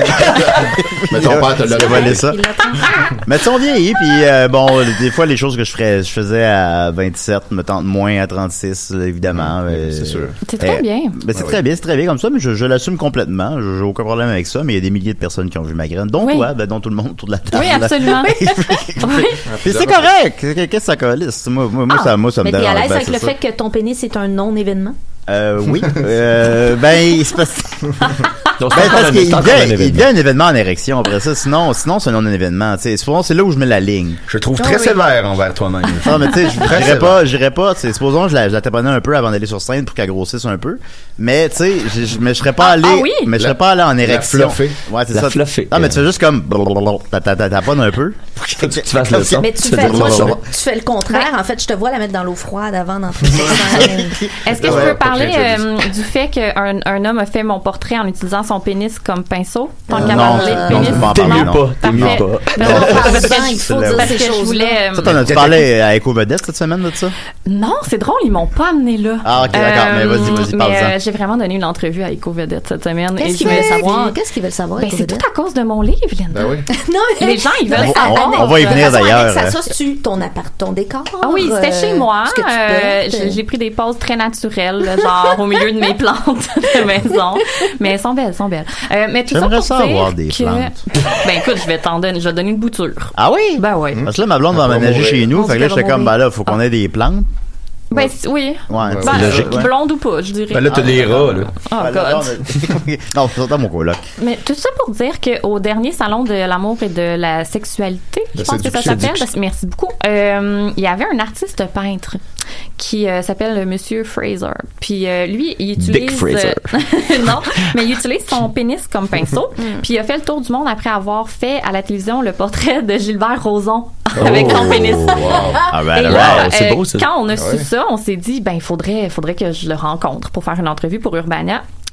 Mais ton père te l'a Il a volé ça. Il l'a Mais tu sais, on vieillit, puis euh, bon, des fois, les choses que je ferais, je faisais à vingt-sept me tentent moins à trente-six, évidemment. euh, c'est sûr. C'est très euh, bien. Ben, c'est Ah très oui. bien, c'est très bien comme ça, mais je, je l'assume complètement. Je- J'ai aucun problème avec ça, mais il y a des milliers de personnes qui ont vu ma graine, dont Oui. toi, ben, dont tout le monde autour de la table. Oui, absolument. Oui. Puis c'est correct. Qu'est-ce que ça calisse? Moi, moi, moi, Ah, ça, moi, ça me mais t'es dérange. à l'aise ben, avec c'est le ça. fait que ton pénis est un non-événement? Euh, oui. euh, ben, c'est parce, Donc, ben, c'est encore parce un- qu'il c'est encore devient, un il événement. devient un événement en érection après ça. Sinon, sinon c'est un non-événement. Tu sais, souvent, c'est là où je mets la ligne. Je trouve Ah très oui. sévère envers toi-même. Non, mais tu sais, je Très j'irais sévère. pas, j'irais pas, tu sais, supposons que je la, je la taponnais un peu avant d'aller sur scène pour qu'elle grossisse un peu. Mais, tu sais, je, je- mais je serais pas Ah, allé, ah oui? mais je La- serais pas allé en érection. fluffer. Ouais, c'est La ça. fluffer. Non, mais tu fais juste comme, blablabla, ta- ta- ta- taponnes un peu. Faut que tu fasses le son. Mais tu Tu fais, fais dire moi, le je- son. tu fais le contraire. En fait, je te vois la mettre dans l'eau froide avant d'entrer sur scène. Est-ce que Ouais, je peux pas parler très joli. euh, du fait qu'un un homme a fait mon portrait en utilisant son pénis comme pinceau? Tant qu'à Non, parler de non, pénis. tu peux pas en T'es parler, mieux non. pas. T'es mieux Parfait. pas. Non, Non, parce parle-en, que- il faut parce dire parce ces que je choses-là. voulais. euh, Ça, t'en as-tu parlé à Eco Vedette cette semaine de ça? Non, c'est drôle, ils m'ont pas amené là. Ah, ok, d'accord, mais vas-y, vas-y, mais, parle-en. euh, j'ai vraiment donné une entrevue à Eco Vedette cette semaine et Qu'est-ce je qu'ils voulais veulent savoir. savoir? Qu'est-ce qu'ils veulent savoir? Ben, Éco c'est Vedette? tout à cause de mon livre, Linda. Ben oui. Non, mais- Les gens, ils veulent Non, mais savoir. Annette, On va y de venir, toute façon, d'ailleurs. Alex, ça, ça, c'est-tu ton appart, ton décor? Ah oui, c'était euh, chez moi. ce que tu Euh, portes? j'ai j'ai pris des pauses très naturelles, genre au milieu de mes plantes de maison. Mais elles sont belles, elles sont belles. Euh, mais tout ça J'aimerais pour ça dire avoir des que... plantes. Ben écoute, je vais t'en donner, je vais te donner une bouture. Ah oui? Ben oui. Parce que là, ma blonde va Elle va emménager mourir. chez nous. On Fait que dit là, qu'elle j'étais va comme, mourir. ben là, faut qu'on ait des plantes. Ben c- oui. Ouais, Ben, c'est logique. euh, blonde ou pas, je dirais. Ben là, t'as des rats, là. Oh Ouais, là, God. on a- non, c'est dans mon coloc. Mais tout ça pour dire qu'au dernier salon de l'amour et de la sexualité, je La pense que ça séduction. s'appelle, merci beaucoup, euh, il y avait un artiste peintre qui euh, s'appelle Monsieur Fraser. Puis euh, lui, il utilise... Dick Fraser. euh, non, mais il utilise son pénis comme pinceau. Puis il a fait le tour du monde après avoir fait à la télévision le portrait de Gilbert Rozon avec son pénis. Ah ben, Et là, là, wow, c'est euh, beau, ça. quand on a Ah su ouais. ça, on s'est dit, ben, il faudrait, faudrait que je le rencontre pour faire une entrevue pour Urbania.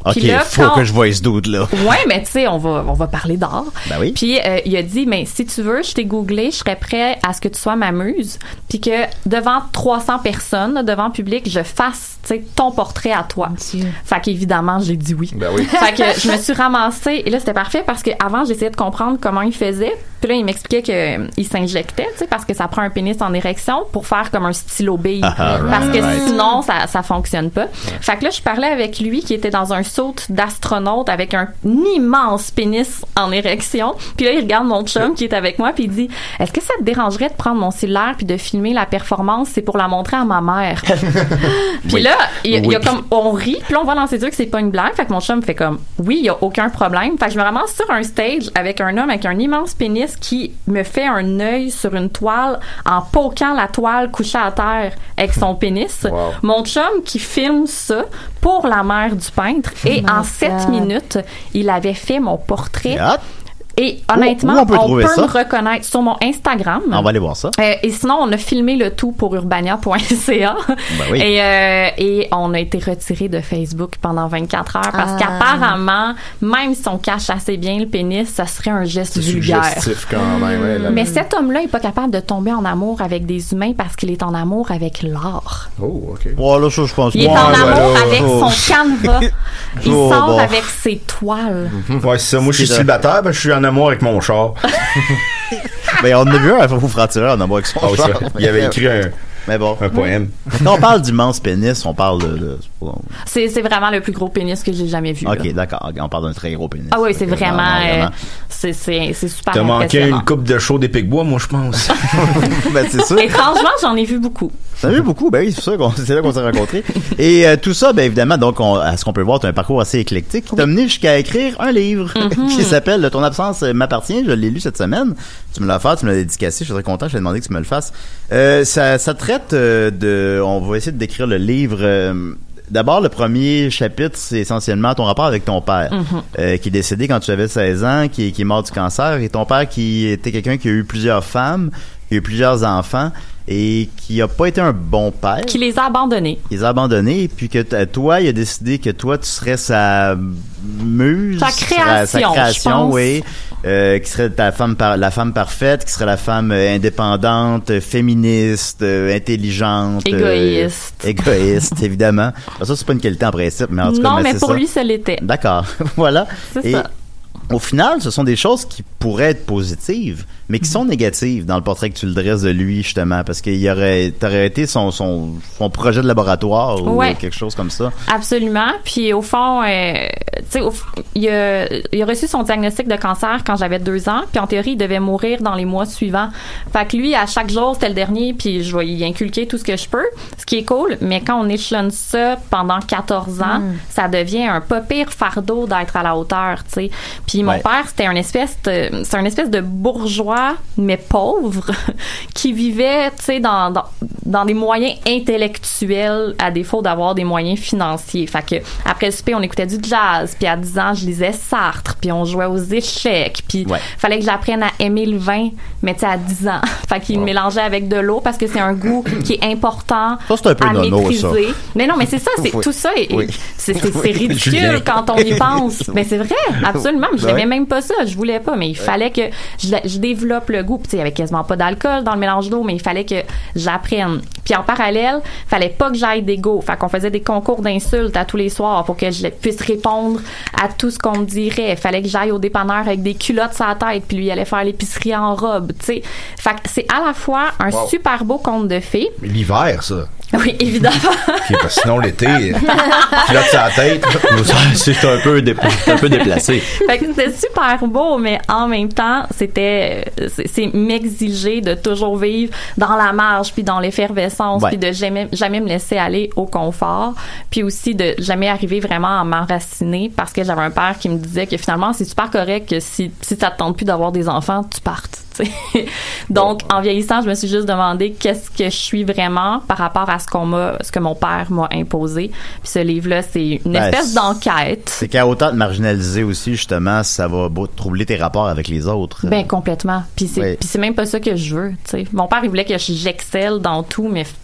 OK, Puis là, faut quand- que je voie ce doute-là. Ouais, mais tu sais, on va, on va parler d'art. Ben oui. Puis euh, il a dit, mais si tu veux, je t'ai googlé, je serais prêt à ce que tu sois ma muse, puis que devant trois cents personnes, là, devant le public, je fasse, tu sais, ton portrait à toi. Fait qu'évidemment, j'ai dit oui. Ben oui. Fait que je me suis ramassée, et là, c'était parfait parce qu'avant, j'essayais de comprendre comment il faisait. Puis là, il m'expliquait qu'il s'injectait, tu sais, parce que ça prend un pénis en érection pour faire comme un stylo bille. Ah, right, parce que right. sinon, ça, ça fonctionne pas. Fait que là, je parlais avec lui qui était dans un saut d'astronaute avec un immense pénis en érection. Puis là, il regarde mon chum qui est avec moi puis il dit, est-ce que ça te dérangerait de prendre mon cellulaire puis de filmer la performance? C'est pour la montrer à ma mère. Puis Oui. là, il, il y Oui. a comme, on rit, puis là, on voit dans ses yeux que c'est pas une blague. Fait que mon chum fait comme, oui, il y a aucun problème. Fait que je me ramasse sur un stage avec un homme avec un immense pénis qui me fait un œil sur une toile en poquant la toile couchée à terre avec son pénis. Wow. Mon chum qui filme ça pour la mère du peintre et Oh en my sept God. minutes, il avait fait mon portrait. Hot. Et honnêtement, où on peut on trouver peut ça? me reconnaître sur mon Instagram. On va aller voir ça. Euh, et sinon, on a filmé le tout pour urbania point c a. Ben oui. Et, euh, et on a été retiré de Facebook pendant vingt-quatre heures parce Ah. qu'apparemment, même si on cache assez bien le pénis, ça serait un geste C'est vulgaire. suggestif quand même. Ouais, là. Mais cet homme-là est pas capable de tomber en amour avec des humains parce qu'il est en amour avec l'art. Oh, OK. Ouais, là, ça, je pense Il est ouais, en ouais, amour là, avec oh. son canevas. Il Oh, sort bon. avec ses toiles. Ouais, c'est ça. Moi, je suis C'est célibataire, ben, je suis en amour avec mon char. Ben, on a vu un faux franc-tireur en amour avec son Ah, oui, char. ça. Il avait écrit un, Mais bon. un poème. Quand on parle d'immense pénis, on parle de... de- C'est c'est vraiment le plus gros pénis que j'ai jamais vu. là. OK, d'accord. On parle d'un très gros pénis. Ah oui, c'est Ok, vraiment, non, non, euh, vraiment. c'est c'est c'est super T'as manqué impressionnant. une coupe de show des Pic-Bois, moi, je pense. Ben, c'est ça. Étrangement, j'en ai vu beaucoup. Ça vu beaucoup, ben oui, c'est ça qu'on, c'est là qu'on s'est rencontrés. Et euh, tout ça, ben évidemment, donc, on, à ce qu'on peut voir, tu as un parcours assez éclectique qui t'a mené jusqu'à écrire un livre qui s'appelle « Ton absence m'appartient ». Je l'ai lu cette semaine. Tu me l'as fait, tu me l'as dédicacé. Je suis très content. Je t'ai demandé que tu me le fasses. Euh, ça, ça traite euh, de... On va essayer de décrire le livre... euh, D'abord, le premier chapitre, c'est essentiellement ton rapport avec ton père, euh, qui est décédé quand tu avais seize ans, qui, qui est mort du cancer, et ton père qui était quelqu'un qui a eu plusieurs femmes, qui a eu plusieurs enfants, et qui a pas été un bon père. Qui les a abandonnés. Il les a abandonnés, puis que t- toi, il a décidé que toi, tu serais sa muse. Sa tu serais sa création, création, je pense. oui. Euh, qui serait ta femme par, la femme parfaite, qui serait la femme euh, indépendante, euh, féministe, euh, intelligente. euh, Égoïste. égoïste, évidemment. Alors ça, c'est pas une qualité en principe, mais en tout cas, Non, mais mais c'est pour ça. lui, ça l'était. D'accord. Voilà. C'est Et ça. au final, ce sont des choses qui pourraient être positives, mais qui sont négatives dans le portrait que tu le dresses de lui, justement, parce qu'il y aurait, t'aurais été son, son, son projet de laboratoire ou Ouais. quelque chose comme ça. Absolument. Puis au fond, euh, tu sais, au f- il, a, il a reçu son diagnostic de cancer quand j'avais deux ans. Puis en théorie, il devait mourir dans les mois suivants. Fait que lui, à chaque jour, c'était le dernier. Puis je vais y inculquer tout ce que je peux, ce qui est cool. Mais quand on échelonne ça pendant quatorze ans, ça devient un pas pire fardeau d'être à la hauteur, tu sais. Puis mon Ouais. père, c'était un espèce de, c'est un espèce de bourgeois mais pauvre qui vivait, tu sais, dans, dans dans des moyens intellectuels à défaut d'avoir des moyens financiers. Fait que après le souper, on écoutait du jazz, puis à dix ans, je lisais Sartre, puis on jouait aux échecs, puis Ouais. fallait que j'apprenne à aimer le vin, mais tu sais, à dix ans. Fait qu'il le mélangeait avec de l'eau parce que c'est un goût qui est important Ça, c'est un peu à nono, maîtriser. ça. Mais non, mais c'est ça, c'est Oui. tout ça, est- Oui. c'est c'est- c'est Julien. ridicule quand on y pense. Mais c'est vrai, absolument. Je Ben n'aimais ouais. même pas ça, je voulais pas, mais il fallait que je, je développe le goût. Puis tu sais, il y avait quasiment pas d'alcool dans le mélange d'eau, mais il fallait que j'apprenne. Puis en parallèle, fallait pas que j'aille d'ego. Fait qu'on faisait des concours d'insultes à tous les soirs pour que je puisse répondre à tout ce qu'on me dirait. Il fallait que j'aille au dépanneur avec des culottes sur la tête, puis lui il allait faire l'épicerie en robe, tu sais. Fait que c'est à la fois un Wow. super beau conte de fées. L'hiver, ça. Oui, évidemment. Puis, parce que sinon, l'été, culotte sur la tête. C'est un peu, dé- un peu déplacé. Fait que c'était super beau, mais en même temps, c'était c'est, c'est m'exiger de toujours vivre dans la marge, puis dans l'effervescence, Ouais. puis de jamais jamais me laisser aller au confort, puis aussi de jamais arriver vraiment à m'enraciner parce que j'avais un père qui me disait que finalement c'est super correct que si si ça te tente plus d'avoir des enfants, tu partes. Tu sais. Donc en vieillissant, je me suis juste demandé qu'est-ce que je suis vraiment par rapport à ce qu'on m'a, ce que mon père m'a imposé. Puis ce livre-là, c'est une Ben, espèce c'est- d'enquête. C'est qu'à autant te marginaliser aussi, justement, ça va beau- troubler tes rapports avec les autres. Ben complètement. Puis c'est Oui. puis c'est même pas ça que je veux, tu sais. Mon père il voulait que j'excelle dans tout mais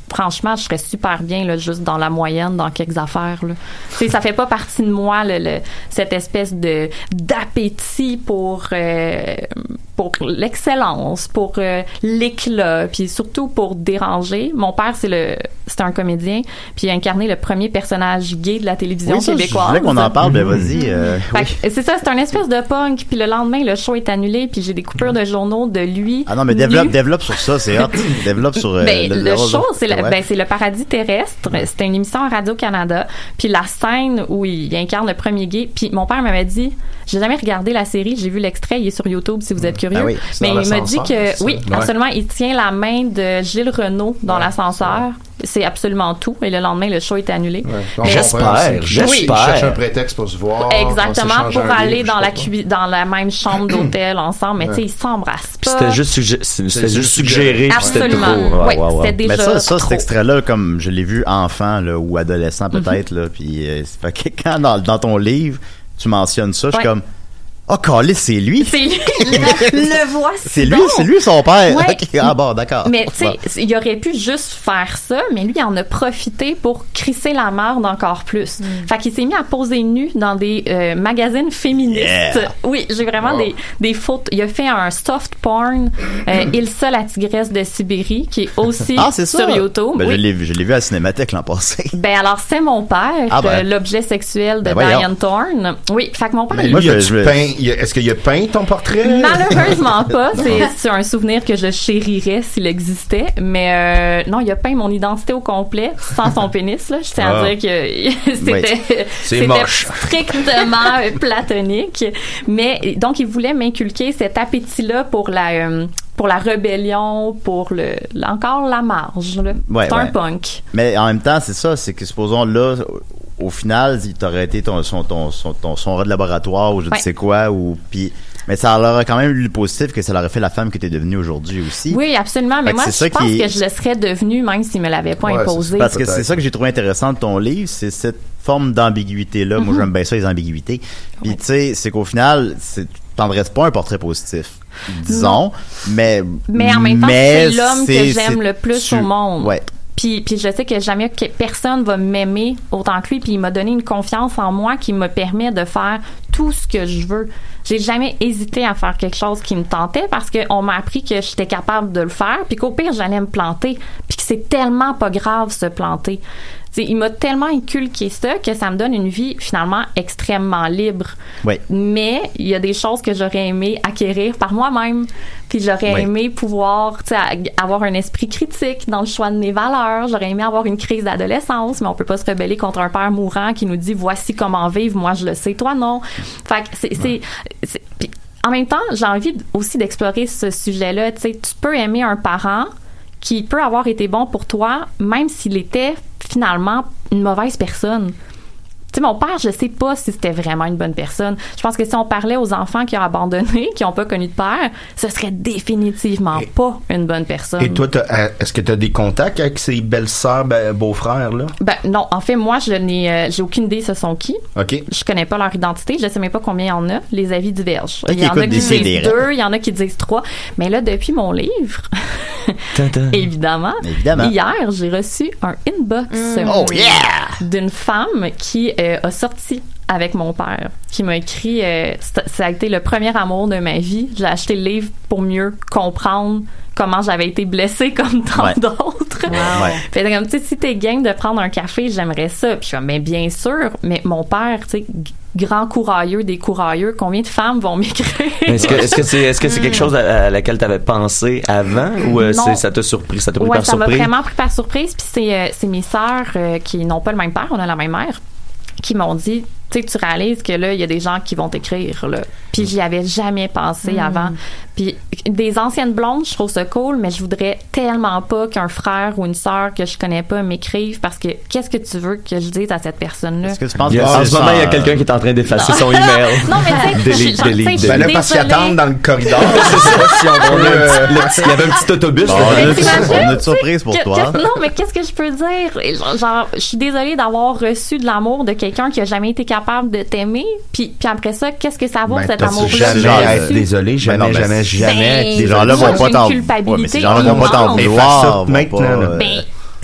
franchement, je serais super bien là, juste dans la moyenne, dans quelques affaires. Là. Tu sais, ça fait pas partie de moi le, le, cette espèce de d'appétit pour euh, pour l'excellence, pour euh, l'éclat, puis surtout pour déranger. Mon père, c'est le c'est un comédien, puis il a incarné le premier personnage gay de la télévision oui, ça, québécoise. Je voulais qu'on en parle, ben vas-y. Euh, oui. oui. C'est ça, c'est un espèce de punk, puis le lendemain, le show est annulé, puis j'ai des coupures de journaux de lui. Ah non, mais développe, développe sur ça, c'est hot. Développe sur euh, ben, le, le, le show, c'est le, ouais. ben, c'est le Paradis terrestre. C'était une émission à Radio-Canada. Puis la scène où il incarne le premier gay. Puis mon père m'avait dit, j'ai jamais regardé la série, j'ai vu l'extrait, il est sur YouTube si vous êtes curieux. Ah oui, mais il m'a dit que, oui, ouais. absolument, il tient la main de Gilles Renaud dans ouais, l'ascenseur. C'est absolument tout. Et le lendemain, le show est annulé. Ouais, bon, j'espère, j'espère. Oui. Il cherche un prétexte pour se voir. Exactement, pour aller dans la, cubi- dans la même chambre d'hôtel ensemble. Mais ouais. tu sais, ils s'embrassent pas. C'était juste, suggé- c'était juste suggéré. Absolument. C'était trop. Ouais, wow, wow, wow. C'était déjà mais ça, ça trop. cet extrait-là, comme je l'ai vu enfant là, ou adolescent peut-être, mm-hmm. là, puis euh, fait que quand dans, dans ton livre, tu mentionnes ça, je suis ouais. comme... Oh, Calais, c'est lui. C'est lui. Le, le voici. C'est lui, c'est lui son père. Ouais. Okay. Ah bon, d'accord. Mais tu sais, bon. il aurait pu juste faire ça, mais lui, il en a profité pour crisser la merde encore plus. Mm. Fait qu'il s'est mis à poser nu dans des euh, magazines féministes. Yeah. Oui, j'ai vraiment oh. des, des photos. Il a fait un soft porn, euh, Ilsa la tigresse de Sibérie, qui est aussi ah, c'est sur ça? YouTube. Ben, oui. je, l'ai vu, je l'ai vu à la Cinémathèque l'an passé. Ben alors, c'est mon père, ah, ben. euh, l'objet sexuel de ben, Diane Thorne. Oui, fait que mon père... Mais lui, je, je, peint, est-ce qu'il a peint ton portrait? Malheureusement pas. C'est, c'est un souvenir que je chérirais s'il existait. Mais euh, non, il a peint mon identité au complet sans son pénis. Là. Je tiens ah. à dire que c'était, oui. c'était moche. strictement platonique. Mais donc, il voulait m'inculquer cet appétit-là pour la... Euh, pour la rébellion, pour le encore la marge. Là. Ouais, c'est ouais. un punk. Mais en même temps, c'est ça, c'est que supposons là, au final, il t'aurait été ton son ton son ton son rat de laboratoire ou je ne ouais. sais quoi ou puis mais ça leur a quand même eu le positif que ça leur a fait la femme que tu es devenue aujourd'hui aussi. Oui, absolument. Mais moi, je pense qui... que je le serais devenue même s'il me l'avait pas ouais, imposé. Parce que c'est ça que j'ai trouvé intéressant de ton livre, c'est cette forme d'ambiguïté-là. Mm-hmm. Moi, j'aime bien ça, les ambiguïtés. Puis, ouais. tu sais, c'est qu'au final, c'est, tu t'en dresses pas un portrait positif, disons, mm. mais... Mais en même temps, mais c'est l'homme c'est, que j'aime c'est, le plus tu, au monde. Ouais. Puis, puis je sais que jamais que personne va m'aimer autant que lui. Puis il m'a donné une confiance en moi qui me permet de faire tout ce que je veux. J'ai jamais hésité à faire quelque chose qui me tentait parce qu'on m'a appris que j'étais capable de le faire. Puis qu'au pire, j'allais me planter. Puis que c'est tellement pas grave se planter. T'sais, il m'a tellement inculqué ça que ça me donne une vie finalement extrêmement libre. Oui. Mais il y a des choses que j'aurais aimé acquérir par moi-même. Puis j'aurais oui. aimé pouvoir avoir un esprit critique dans le choix de mes valeurs. J'aurais aimé avoir une crise d'adolescence, mais on peut pas se rebeller contre un père mourant qui nous dit voici comment vivre, moi je le sais, toi non. Fait que c'est... c'est, c'est puis, en même temps, j'ai envie aussi d'explorer ce sujet-là. T'sais, tu peux aimer un parent qui peut avoir été bon pour toi, même s'il était finalement une mauvaise personne. Tu sais, mon père, je sais pas si c'était vraiment une bonne personne. Je pense que si on parlait aux enfants qui ont abandonné, qui ont pas connu de père, ce serait définitivement et, pas une bonne personne. Et toi, t'as, est-ce que tu as des contacts avec ces belles-sœurs, ben, beaux-frères, là? Ben, non. En fait, moi, je n'ai, euh, j'ai aucune idée ce sont qui. OK. Je connais pas leur identité. Je sais même pas combien il y en a. Les avis divergent. Il y en a qui disent des deux, il y en a qui disent trois. Mais là, depuis mon livre, évidemment, évidemment, hier, j'ai reçu un inbox mm. oh, yeah! d'une femme qui euh, a sorti avec mon père, qui m'a écrit euh, ça a été le premier amour de ma vie. J'ai acheté le livre pour mieux comprendre comment j'avais été blessée comme tant ouais. d'autres. Wow. Ouais. Fait comme tu sais, si t'es game de prendre un café, j'aimerais ça. Puis je suis mais bien sûr, mais mon père, tu sais, grand courailleux des courailleux, combien de femmes vont m'écrire? Est-ce que, est-ce que c'est, est-ce que c'est quelque chose à, à laquelle t'avais pensé avant ou euh, c'est, ça t'a surpris, ça t'a pris ouais, par ça surprise? Ça m'a vraiment pris par surprise. Puis c'est, euh, c'est mes sœurs euh, qui n'ont pas le même père, on a la même mère, qui m'ont dit, tu sais, tu réalises que là, il y a des gens qui vont t'écrire, là. Puis j'y avais jamais pensé mm. avant. Puis des anciennes blondes, je trouve ça cool, mais je voudrais tellement pas qu'un frère ou une sœur que je connais pas m'écrive parce que qu'est-ce que tu veux que je dise à cette personne-là? Est-ce que tu penses que en ce moment, il y a quelqu'un qui est en train d'effacer non. son email. Non, mais tu sais, delete, delete, delete. Ben là, parce qu'ils attendent dans le corridor. C'est ça, si on va euh, il y avait un petit autobus. Bon, on, a, on a une surprise pour que, toi. Que, non, mais qu'est-ce que je peux dire? Genre, je suis désolée d'avoir reçu de l'amour de quelqu'un qui a jamais été capable de t'aimer. Puis, puis après ça, qu'est-ce que ça vaut, ben, cet amour-là? Jamais être désolé, jamais, ben non, jamais, jamais. Ben, ces gens-là vont pas t'en culpabilité. Ouais, ces gens-là vont pas t'en vouloir. Maintenant, ben,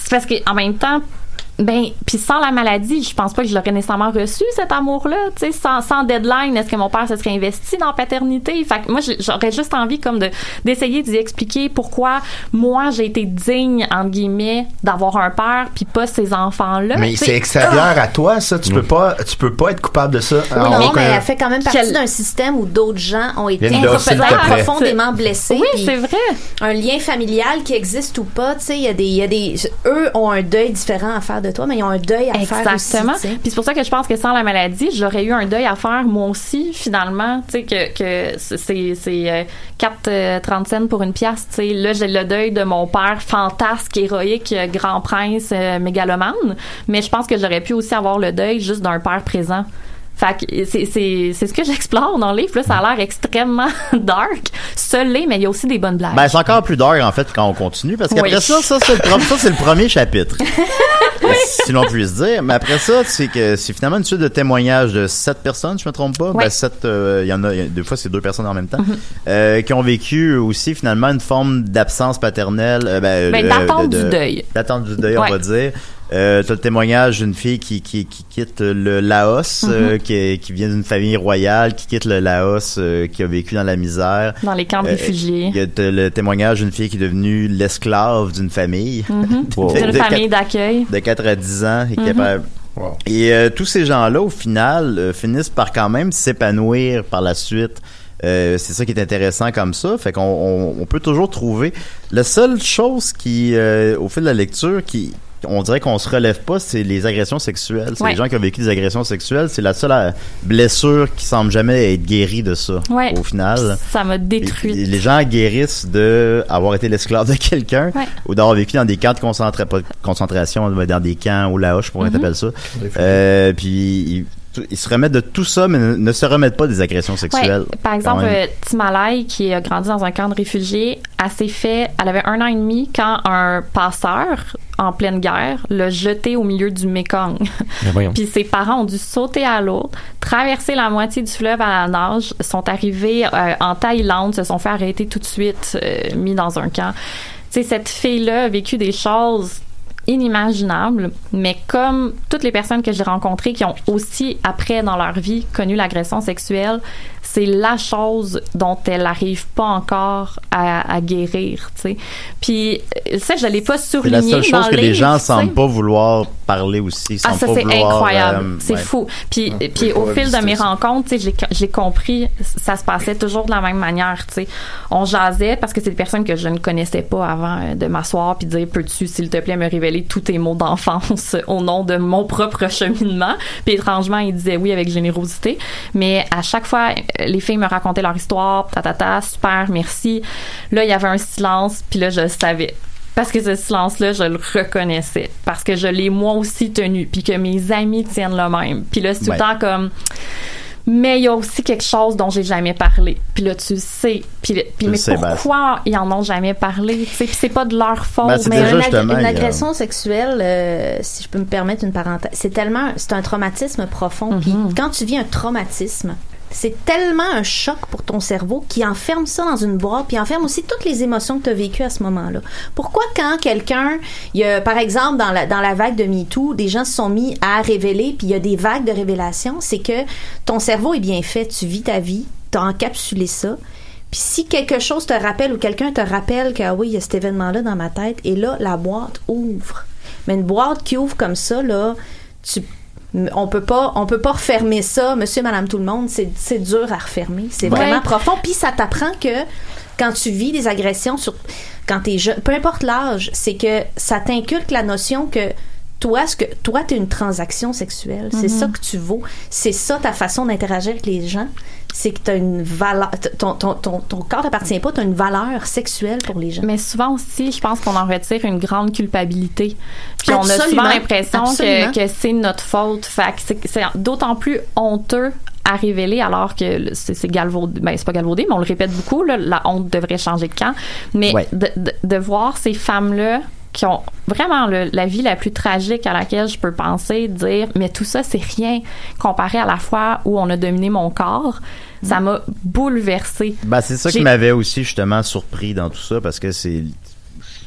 c'est parce que en même temps, ben, puis sans la maladie, je pense pas que je l'aurais nécessairement reçu, cet amour-là. Tu sais, sans, sans deadline, est-ce que mon père se serait investi dans la paternité? Fait que moi, j'aurais juste envie comme de d'essayer d'y expliquer pourquoi moi, j'ai été digne, entre guillemets, d'avoir un père puis pas ces enfants-là. Mais t'sais, c'est extérieur ah! à toi, ça. Tu peux pas, tu peux pas être coupable de ça. Oui, non, mais un... elle fait quand même partie Quel... d'un système où d'autres gens ont été là, profondément blessés. Oui, c'est vrai. Un lien familial qui existe ou pas, tu sais, il y a des, il y a des, eux ont un deuil différent à faire de toi, mais ils ont un deuil à Exactement. faire aussi. Exactement. Puis c'est pour ça que je pense que sans la maladie, j'aurais eu un deuil à faire moi aussi, finalement. Tu sais, que, que c'est, c'est euh, quatre euh, trente cents pour une pièce. Tu sais, là, j'ai le deuil de mon père fantasque, héroïque, euh, grand prince, euh, mégalomane. Mais je pense que j'aurais pu aussi avoir le deuil juste d'un père présent. Fait que c'est, c'est, c'est ce que j'explore dans le livre. Là, ça a l'air extrêmement dark. Seulé, mais il y a aussi des bonnes blagues. Ben, c'est encore plus dark, en fait, quand on continue. Parce qu'après oui. ça, ça, c'est le, pro- ça, c'est le premier chapitre. Oui. Si l'on puisse dire. Mais après ça, c'est que c'est finalement une suite de témoignages de sept personnes, je me trompe pas. Oui. Ben, sept, il euh, y en a, des fois, c'est deux personnes en même temps, mm-hmm. euh, qui ont vécu aussi, finalement, une forme d'absence paternelle. Euh, ben, ben, euh, d'attente de, de, du deuil. D'attente du deuil, ouais. on va dire. Euh, t'as le témoignage d'une fille qui, qui, qui quitte le Laos, mm-hmm. euh, qui, qui vient d'une famille royale, qui quitte le Laos, euh, qui a vécu dans la misère. Dans les camps de euh, réfugiés. Il y a le témoignage d'une fille qui est devenue l'esclave d'une famille. Mm-hmm. de, d'une de famille quatre, d'accueil. De quatre à dix ans. Et, mm-hmm. capable, wow. et euh, tous ces gens-là, au final, euh, finissent par quand même s'épanouir par la suite. Euh, c'est ça qui est intéressant comme ça. Fait qu'on on, on peut toujours trouver. La seule chose qui, euh, au fil de la lecture, qui on dirait qu'on se relève pas, c'est les agressions sexuelles. C'est ouais. les gens qui ont vécu des agressions sexuelles. C'est la seule blessure qui semble jamais être guérie de ça. Ouais. Au final. Ça m'a détruit. Les gens guérissent de avoir été l'esclave de quelqu'un ouais. ou d'avoir vécu dans des camps de concentra- pas de concentration, dans des camps au Laos, je pourrais mm-hmm. t'appeler ça. Euh, puis ils, ils se remettent de tout ça, mais ne, ne se remettent pas des agressions sexuelles. Ouais. Par exemple, euh, Timalai, qui a grandi dans un camp de réfugiés, elle s'est fait, elle avait un an et demi quand un passeur en pleine guerre l'a jeté au milieu du Mekong. Puis ses parents ont dû sauter à l'eau, traverser la moitié du fleuve à la nage, sont arrivés euh, en Thaïlande, se sont fait arrêter tout de suite, euh, mis dans un camp. Tu sais, cette fille-là a vécu des choses inimaginable, mais comme toutes les personnes que j'ai rencontrées qui ont aussi, après, dans leur vie, connu l'agression sexuelle, c'est la chose dont elle n'arrive pas encore à, à guérir, tu sais. Puis ça, je l'ai pas surligné dans le livre. C'est la seule chose que les gens semblent pas vouloir parler aussi. Ah, ça, pas c'est vouloir, incroyable. Euh, c'est ouais. fou. Puis, ah, puis au fil de mes rencontres, tu sais, j'ai, j'ai compris, ça se passait toujours de la même manière, tu sais. On jasait parce que c'est des personnes que je ne connaissais pas avant de m'asseoir puis de dire, peux-tu, s'il te plaît, me révéler tous tes mots d'enfance au nom de mon propre cheminement. Puis étrangement, ils disaient oui avec générosité. Mais à chaque fois, les filles me racontaient leur histoire, ta ta ta, super, merci. Là, il y avait un silence, puis là, je le savais. Parce que ce silence-là, je le reconnaissais. Parce que je l'ai moi aussi tenu, puis que mes amis tiennent le même. Puis là, c'est tout ouais. le temps comme... Mais il y a aussi quelque chose dont j'ai jamais parlé. Puis là, tu le sais. Puis, puis mais sais, pourquoi ben, ils en ont jamais parlé? Tu sais, puis c'est pas de leur faute. Ben, mais une, ag- une agression a... sexuelle, euh, si je peux me permettre une parenthèse, c'est tellement... C'est un traumatisme profond. Mm-hmm. Puis quand tu vis un traumatisme... C'est tellement un choc pour ton cerveau qui enferme ça dans une boîte, puis enferme aussi toutes les émotions que tu as vécues à ce moment-là. Pourquoi quand quelqu'un, il y a, par exemple, dans la, dans la vague de MeToo, des gens se sont mis à révéler, puis il y a des vagues de révélation, c'est que ton cerveau est bien fait, tu vis ta vie, tu as encapsulé ça, puis si quelque chose te rappelle ou quelqu'un te rappelle que, ah oui, il y a cet événement-là dans ma tête, et là, la boîte ouvre. Mais une boîte qui ouvre comme ça, là, tu on peut pas on peut pas refermer ça, monsieur, madame, tout le monde, c'est c'est dur à refermer, c'est ouais. vraiment profond, puis ça t'apprend que quand tu vis des agressions sur quand t'es jeune, peu importe l'âge, c'est que ça t'inculque la notion que toi ce que toi t'es une transaction sexuelle, mm-hmm. c'est ça que tu vaux, c'est ça ta façon d'interagir avec les gens, c'est que t'as une valeur, ton, ton, ton, ton corps t'appartient pas, t'as une valeur sexuelle pour les gens. Mais souvent aussi, je pense qu'on en retire une grande culpabilité. Puis Absolument. on a souvent l'impression que, que c'est notre faute. Fait que c'est, c'est d'autant plus honteux à révéler alors que c'est, c'est galvaudé, ben c'est pas galvaudé, mais on le répète beaucoup, là, la honte devrait changer de camp. Mais ouais. de, de, de voir ces femmes-là qui ont vraiment le, la vie la plus tragique à laquelle je peux penser, dire mais tout ça c'est rien comparé à la fois où on a dominé mon corps, ça m'a bouleversée. Ben c'est ça J'ai... qui m'avait aussi justement surpris dans tout ça, parce que c'est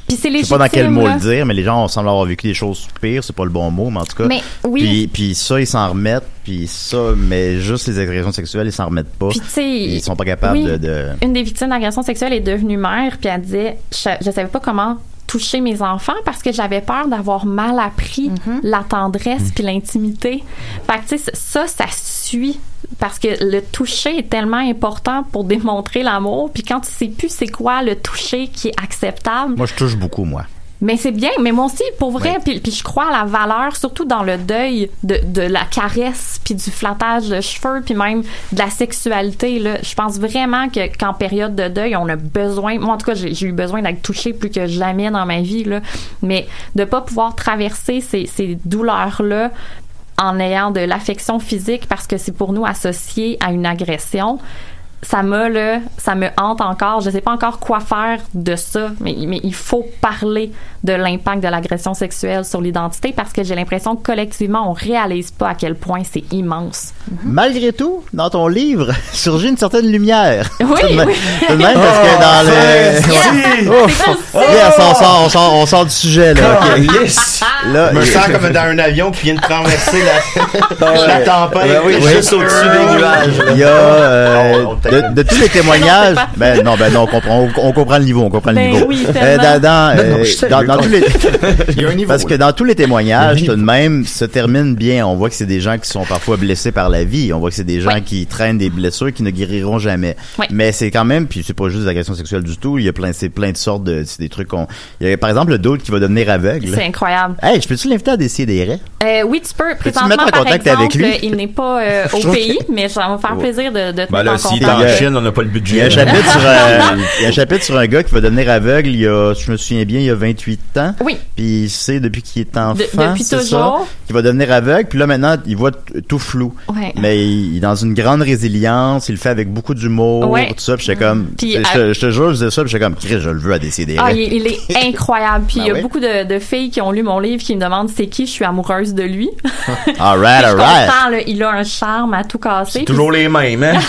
Puis c'est je légitime. sais pas dans quel mot là. le dire, mais les gens semblent avoir vécu des choses pires, c'est pas le bon mot, mais en tout cas. Mais oui. Puis, puis ça, ils s'en remettent, puis ça, mais juste les agressions sexuelles, ils s'en remettent pas. Puis tu sais, ils sont pas capables oui, de, de. Une des victimes d'agression sexuelle est devenue mère, puis elle disait, je, je savais pas comment toucher mes enfants parce que j'avais peur d'avoir mal appris mm-hmm. la tendresse mm-hmm. puis l'intimité. Fait que tu sais, ça, ça suit. Parce que le toucher est tellement important pour démontrer l'amour. Puis quand tu sais plus c'est quoi le toucher qui est acceptable. Moi, je touche beaucoup, moi. Mais c'est bien, mais moi aussi, pour vrai, oui. puis, puis je crois à la valeur, surtout dans le deuil, de, de la caresse, puis du flattage de cheveux, puis même de la sexualité. Là. Je pense vraiment que, qu'en période de deuil, on a besoin, moi en tout cas, j'ai, j'ai eu besoin d'être touchée plus que jamais dans ma vie, là. Mais de pas pouvoir traverser ces, ces douleurs-là en ayant de l'affection physique, parce que c'est pour nous associé à une agression, ça me là, ça me hante encore. Je sais pas encore quoi faire de ça, mais, mais il faut parler de l'impact de l'agression sexuelle sur l'identité parce que j'ai l'impression que collectivement on réalise pas à quel point c'est immense. Mm-hmm. Malgré tout, dans ton livre surgit une certaine lumière. Oui, tout de même, oui. Tout de même parce oh, que dans yes, le yes, oh, oh, yes, on sort, on sort, on sort du sujet là. Okay. Yes. Là, je me sens comme dans un avion qui vient de traverser la, la tempête. Ben oui, oui, juste au-dessus des nuages. Il y a euh, de, de tous les témoignages. Ben non, ben non, on comprend, on, on comprend le niveau, on comprend ben le niveau. Oui, euh, dans, dans, non, non, euh, dans, dans tous les, il y a un niveau, parce que dans tous les témoignages, tout de même, se termine bien. On voit que c'est des gens qui sont parfois blessés par la vie. On voit que c'est des gens oui. qui traînent des blessures qui ne guériront jamais. Oui. Mais c'est quand même, puis c'est pas juste des agressions sexuelles du tout. Il y a plein, c'est plein de sortes de, c'est des trucs qu'on. Il y a par exemple le d'autre qui va devenir aveugle. C'est incroyable. Hey, je peux-tu l'inviter à Décideret? Euh, oui, tu peux. Peux-tu Présentement, mettre en par contact exemple, avec lui? il n'est pas euh, au pays, mais ça va me faire plaisir de, de te ben mettre là, en s'il contact. est en Chine, on n'a pas le budget. Il y a un chapitre sur un, il y a un chapitre sur un gars qui va devenir aveugle. Il y a, si je me souviens bien, il y a vingt-huit ans. Oui. Puis il sait depuis qu'il est enfant, de, depuis c'est toujours. ça, qu'il va devenir aveugle. Puis là maintenant, il voit t- tout flou. Ouais. Mais il, il est dans une grande résilience. Il le fait avec beaucoup d'humour. Ouais. Tout ça. Puis j'étais comme, puis, je, te, je te jure, je disais ça. Puis j'étais comme, Chris, je le veux à décider. Ah, il, il est incroyable. Puis ben il y a oui. beaucoup de, de filles qui ont lu mon livre qui me demandent c'est qui, je suis amoureuse de lui. All right, all right. Comprends, là, il a un charme à tout casser. C'est toujours les mêmes, hein?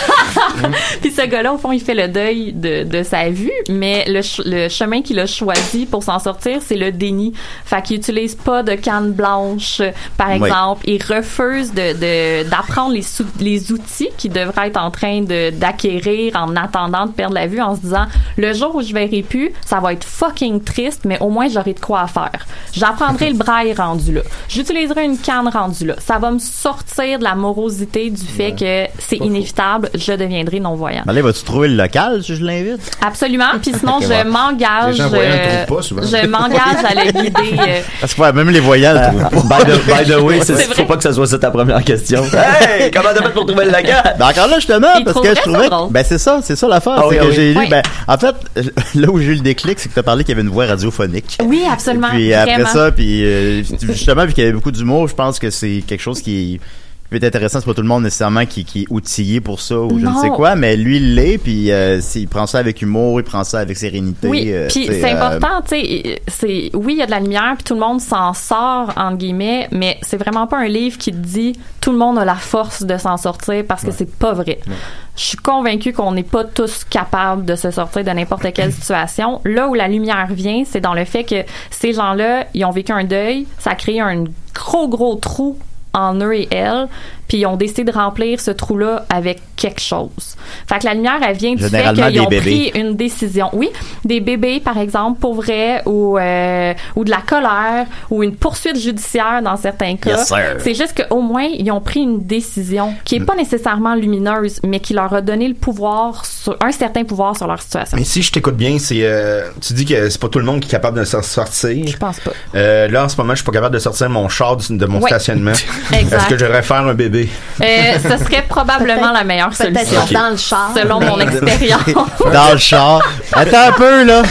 Puis ce gars-là, au fond, il fait le deuil de, de sa vue, mais le, ch- le chemin qu'il a choisi pour s'en sortir, c'est le déni. Fait qu'il utilise pas de canne blanche, par exemple. Oui. Il refuse de, de, d'apprendre les, sou- les outils qu'il devrait être en train de, d'acquérir en attendant de perdre la vue, en se disant, le jour où je verrai plus, ça va être fucking triste, mais au moins j'aurai de quoi faire. J'apprendrai le braille rendu là. J'utiliserai une canne rendue là. Ça va me sortir de la morosité du fait ouais. que c'est inévitable, je deviendrai non-voyant. Allez, vas-tu trouver le local si je l'invite? Absolument. Puis sinon, okay, je bon. m'engage. Les gens voyants ne trouvent pas souvent. Je m'engage à le guider. Euh... Parce que ouais, même les voyants le trouvent pas. By the, by the way, c'est, c'est faut pas que ça soit ça ta première question. Hey, comment t'as fait pour trouver le local? Ben encore là, justement, il parce que je trouvais. Que, ben c'est ça, c'est ça l'affaire. Ah, c'est oui, que oui. j'ai lu. Oui. Ben, en fait, là où j'ai eu le déclic, c'est que t'as parlé qu'il y avait une voix radiophonique. Oui, absolument. Et puis vraiment. après ça, puis euh, justement, vu qu'il y avait beaucoup d'humour, je pense que c'est quelque chose qui peut être intéressant. C'est pas tout le monde nécessairement qui, qui est outillé pour ça ou je non. ne sais quoi, mais lui il l'est, puis euh, il prend ça avec humour, il prend ça avec sérénité. Oui, euh, puis c'est euh, important, tu sais, c'est oui, il y a de la lumière, puis tout le monde s'en sort entre guillemets, mais c'est vraiment pas un livre qui te dit tout le monde a la force de s'en sortir parce que ouais. c'est pas vrai. Ouais. Je suis convaincue qu'on n'est pas tous capables de se sortir de n'importe quelle situation. Là où la lumière vient, c'est dans le fait que ces gens-là, ils ont vécu un deuil, ça a créé un gros gros trou en eux et elles, puis ils ont décidé de remplir ce trou-là avec quelque chose. Fait que la lumière, elle vient du fait qu'ils ont pris une décision. Oui, des bébés, par exemple, pour vrai, ou euh, ou de la colère, ou une poursuite judiciaire dans certains cas. Yes, sir. C'est juste qu'au moins, ils ont pris une décision qui est pas nécessairement lumineuse, mais qui leur a donné le pouvoir, sur, un certain pouvoir sur leur situation. Mais si je t'écoute bien, c'est euh, tu dis que c'est pas tout le monde qui est capable de s'en sortir. Je pense pas. Euh, là, en ce moment, je suis pas capable de sortir mon char de mon ouais. stationnement. Exact. Est-ce que je devrais faire un bébé? Euh, ce serait probablement la meilleure solution. Okay. Dans le char. Selon mon expérience. Dans le char. Attends un peu, là.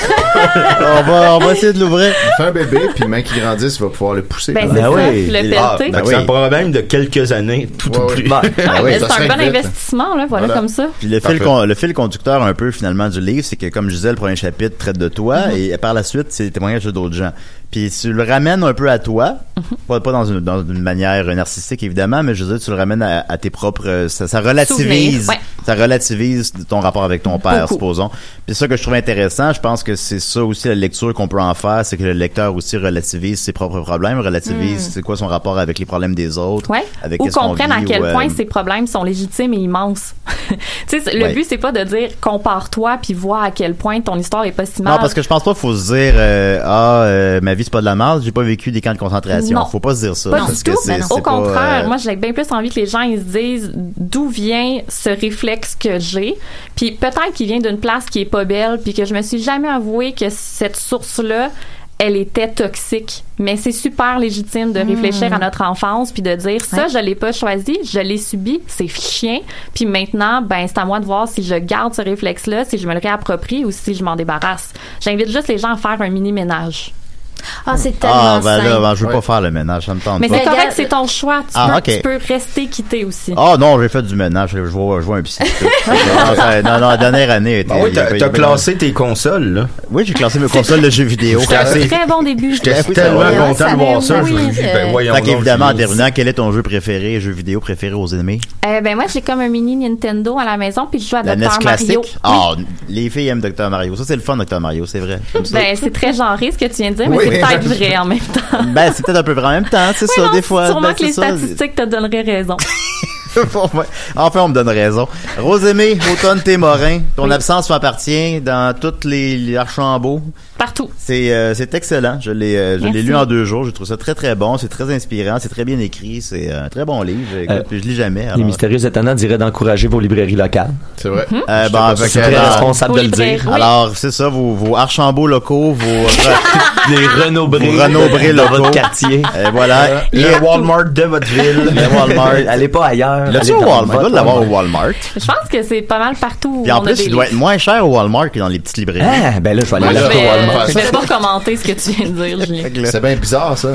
on, va, on va essayer de l'ouvrir. Fais un bébé, puis le mec qui grandit, il va pouvoir le pousser. Ben, c'est ben ça, oui. le pelleter. Ah, ben c'est un problème de quelques années, tout au plus. Ben, ah, oui, c'est un bon vite. investissement, là, voilà, voilà, comme ça. Puis le fil, con, le fil conducteur, un peu, finalement, du livre, c'est que, comme je disais, le premier chapitre traite de toi, mm-hmm. et par la suite, c'est les témoignages de d'autres gens. Puis tu le ramènes un peu à toi, mm-hmm. pas, pas dans, une, dans une manière narcissique, évidemment, mais je veux dire, tu le ramènes à, à tes propres, ça, ça relativise, Souvenirs, ouais. ça relativise ton rapport avec ton père, Beaucoup. supposons. Puis c'est ça que je trouve intéressant. Je pense que c'est ça aussi la lecture qu'on peut en faire, c'est que le lecteur aussi relativise ses propres problèmes, relativise Mm. c'est quoi son rapport avec les problèmes des autres, Ouais. avec Ou qu'est-ce qu'on comprennent à vit, quel ou, euh, point ces problèmes sont légitimes et immenses. tu sais, le Ouais. but, c'est pas de dire compare-toi puis vois à quel point ton histoire est pas si mal. Non, parce que je pense pas qu'il faut se dire euh, ah euh, ma vie c'est pas de la merde, j'ai pas vécu des camps de concentration. Non. Faut pas se dire ça. Pas parce du que tout. c'est- Ben non. c'est Au pas, contraire, euh, moi j'ai bien plus envie que les gens ils se disent d'où vient ce réflexe que j'ai, puis peut-être qu'il vient d'une place qui est pas belle, puis que je me suis jamais avoué que cette source-là elle était toxique. Mais c'est super légitime de réfléchir Mm. à notre enfance puis de dire ça, Ouais. je l'ai pas choisi, je l'ai subi, c'est chien. Puis maintenant, ben c'est à moi de voir si je garde ce réflexe-là, si je me le réapproprie ou si je m'en débarrasse. J'invite juste les gens à faire un mini ménage. Ah, c'est tellement Ah ben là, simple. ben, je veux pas faire le ménage, ça me tente Mais pas. c'est correct, c'est ton choix. Tu, Ah, peux, ok. tu peux rester quitté aussi. Ah non, j'ai fait du ménage, je vois, je vois un psy. non, ça- non, non, la dernière année. Ah oui, t'as, t'as classé tes consoles, là. Oui, j'ai classé mes consoles de jeux vidéo. J'étais assez- Très bon début. J'étais Oui, tellement ça va. content Ça de voir va, ça. oui, Je me dis, euh, ben voyons Fait donc, qu'évidemment, en Julie. terminant, quel est ton jeu préféré, jeu vidéo préféré aux ennemis? Euh, ben moi, j'ai comme un mini Nintendo à la maison, puis je joue à La N E S Docteur classique? Mario. Ah, les filles aiment Docteur Mario. Ça, c'est le fun, Docteur Mario, c'est vrai. J'aime ça. Ben, c'est très genré ce que tu viens de dire, mais Oui. c'est peut-être vrai en même temps. Ben, c'est peut-être un peu vrai en même temps, c'est Oui, ça, non, des fois. Sûrement ben, que les c'est ça. statistiques te donneraient raison. Ouais. Enfin, on me donne raison. Rosemée, Automne Témorin, ton absence m'appartient dans toutes les, les Archambault. Partout. C'est euh, c'est excellent. Je l'ai euh, je l'ai Merci. lu en deux jours. Je trouve ça très très bon. C'est très inspirant. C'est très bien écrit. C'est un très bon livre. Écoute, Euh, puis je lis jamais. Les alors. Mystérieux Étonnants diraient d'encourager vos librairies locales. C'est vrai. Mhm. Euh, J'étais bon, pas avec, sûr. C'est très alors, responsable de le dire. Oui. alors, c'est ça, vos, vos Archambault locaux, vos, re- Les Renault Bré. vos Renault Bré dans locaux. votre quartier. Euh, voilà. Le Walmart de votre ville. Le Walmart. Allez pas ailleurs. Là, Allez tu au dans Walmart. Il doit votre l'avoir au Walmart. Walmart. Je pense que c'est pas mal partout où Puis en on a plus, des il doit livres. être moins cher au Walmart que dans les petites librairies. Ah, ben là, je vais aller Moi, je là au vais, Walmart. je vais pas commenter ce que tu viens de dire, Julien. Fait que là- C'est bien bizarre, ça.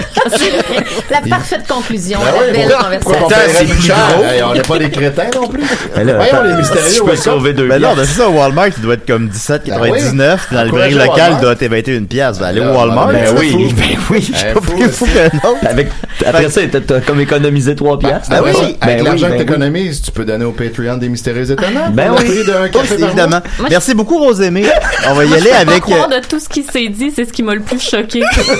La parfaite conclusion Ben à oui, la belle pourquoi- pourquoi on conversation. paierait c'est plus plus cher? gros. Hey, on n'est pas des crétins non plus. Ben là, Voyons, attends, les mystérieux, tu peux ouais, sauver deux Ben non, piastres. ben c'est ça, au Walmart, il doit être comme dix-sept quatre-vingt-dix-neuf. Puis dans la librairie Encouragez locale, Walmart. il doit être vingt et une piastres. Ben, allez au Ben, Walmart. ben c'est oui, fou. ben oui, je suis C'est pas pas fou, plus fou qu'un autre. Avec, après ça, t'as, t'as comme économisé trois piastres. Ben oui, Ben avec oui, l'argent ben que oui. t'économises, tu peux donner au Patreon des Mystérieux Étonnants. Ben pour le oui. prix d'un café par mois. Évidemment. Moi, Merci beaucoup, Rosemée. On va y Moi, aller je peux avec pas croire euh, de tout ce qui s'est dit, c'est ce qui m'a le plus choqué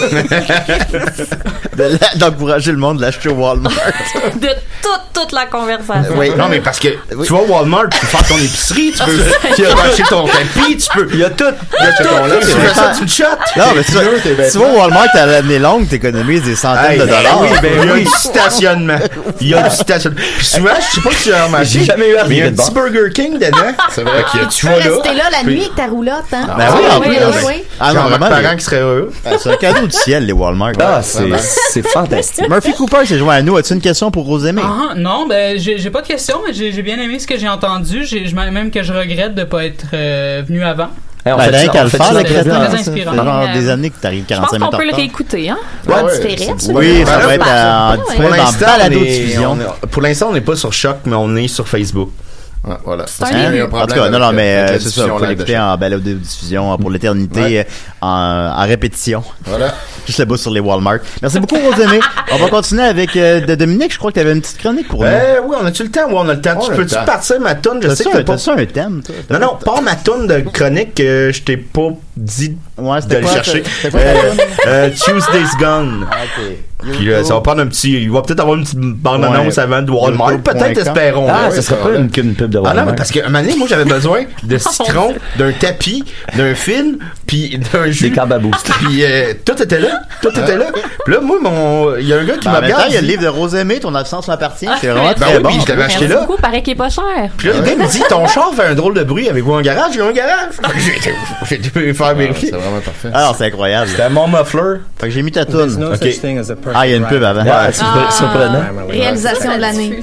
de la- d'encourager le monde de l'acheter au Walmart. de toute, toute la conversation. Oui. Non, mais parce que tu vas au Walmart, tu peux faire ton épicerie, tu peux, tu peux acheter ton tapis, tu peux. Il y a tout. Il y a tout. Tu c'est fais vrai. ça d'une shot. Non, mais tu vas, Tes vêtements. tu vas au Walmart, t'as l'année longue, t'économises des centaines Hey, de dollars. Oui, ben il y a du stationnement. Il y a du stationnement. Puis souvent, je sais pas si tu as remarqué, J'ai jamais eu à mais il y a un virer de petit bord. Burger King dedans. C'est vrai. Fait que Tu tu peux vas là. rester là la puis- nuit avec ta roulotte, hein? Ben oui, en oui, plus. oui, oui. Ah J'ai non, un vraiment. parent les- qui serait heureux. Ah, c'est un cadeau du ciel, les Walmart. Ah, c'est, c'est fantastique. Murphy Cooper s'est joint à nous. As-tu une question pour Rosemée? Ah, non, ben j'ai j'ai pas de question, mais j'ai j'ai bien aimé ce que j'ai entendu. J'ai je- même que je regrette de pas être euh, venu avant. Hey, on Ben, fait rien ça, qu'à on le fait faire, ça le dans très crétin. la- Ça fait inspirant. genre Euh, des années que t'arrives Je pense quarante-cinq qu'on minutes en peut le retard. réécouter, hein? Ouais, En ouais, différé, c'est- absolument. Oui, Ben ça là, va être en ouais. Pour disponible dans l'instant, on balado-diffusion. est, on- pour l'instant, on n'est pas sur Choc, mais on est sur Facebook. Ouais, voilà. C'est un Parce qu'il y a début. eu un En tout problème cas, non, non, avec, mais euh, avec euh, la c'est ça, diffusion vous pouvez live de l'écouter en balade de diffusion pour l'éternité, Ouais. euh, en, en répétition. Voilà. Juste là-bas sur les Walmart. Merci beaucoup, Rosemée. On va continuer avec euh, de Dominique. Je crois que tu avais une petite chronique pour nous. Euh, oui, on a-tu le temps? Oui, on a le temps. On tu a le peux-tu temps. partir ma toune? Je sais T'as-tu que un, t'as pas... t'as-tu un thème, toi? Non, non, pas ma toune de chronique que je t'ai pas dit Ouais, de c'était le quoi, chercher. c'était quoi ta Euh, toune? euh, Tuesday's Gone. Ok. Puis là, ça va prendre un petit... Il va peut-être avoir une petite bande-annonce Ouais. avant de Walmart. YouTube point com. Peut-être, espérons. Ah, Ouais, ça serait ça pas va. une, qu'une pub de Ah Walmart. non, mais parce qu'à un moment donné, moi, j'avais besoin de citron, d'un tapis, d'un film, puis d'un jus. Des câbles à boost. Puis euh, tout était là. Tout était là. Puis là, moi, mon... il y a un gars qui Ben, en m'a même temps, regardé. il y a le livre de Rosemée, Ton absence m'appartient. C'est vraiment Ben très oui, bon. puis je l'avais acheté Merci là. beaucoup, paraît qu'il est pas cher. Puis là, le gars me dit, ton char fait un drôle de bruit. Avez-vous un garage? J'ai un garage. J'ai été- J'ai dû faire Ah, vérifier. c'est vraiment parfait. Alors, c'est incroyable. C'était mon muffler. Fait que j'ai mis ta toune. no Ok. such thing as a perfect Ah, il y a une pub ride. avant. Ah, c'est Ah. surprenant. Réalisation de l'année.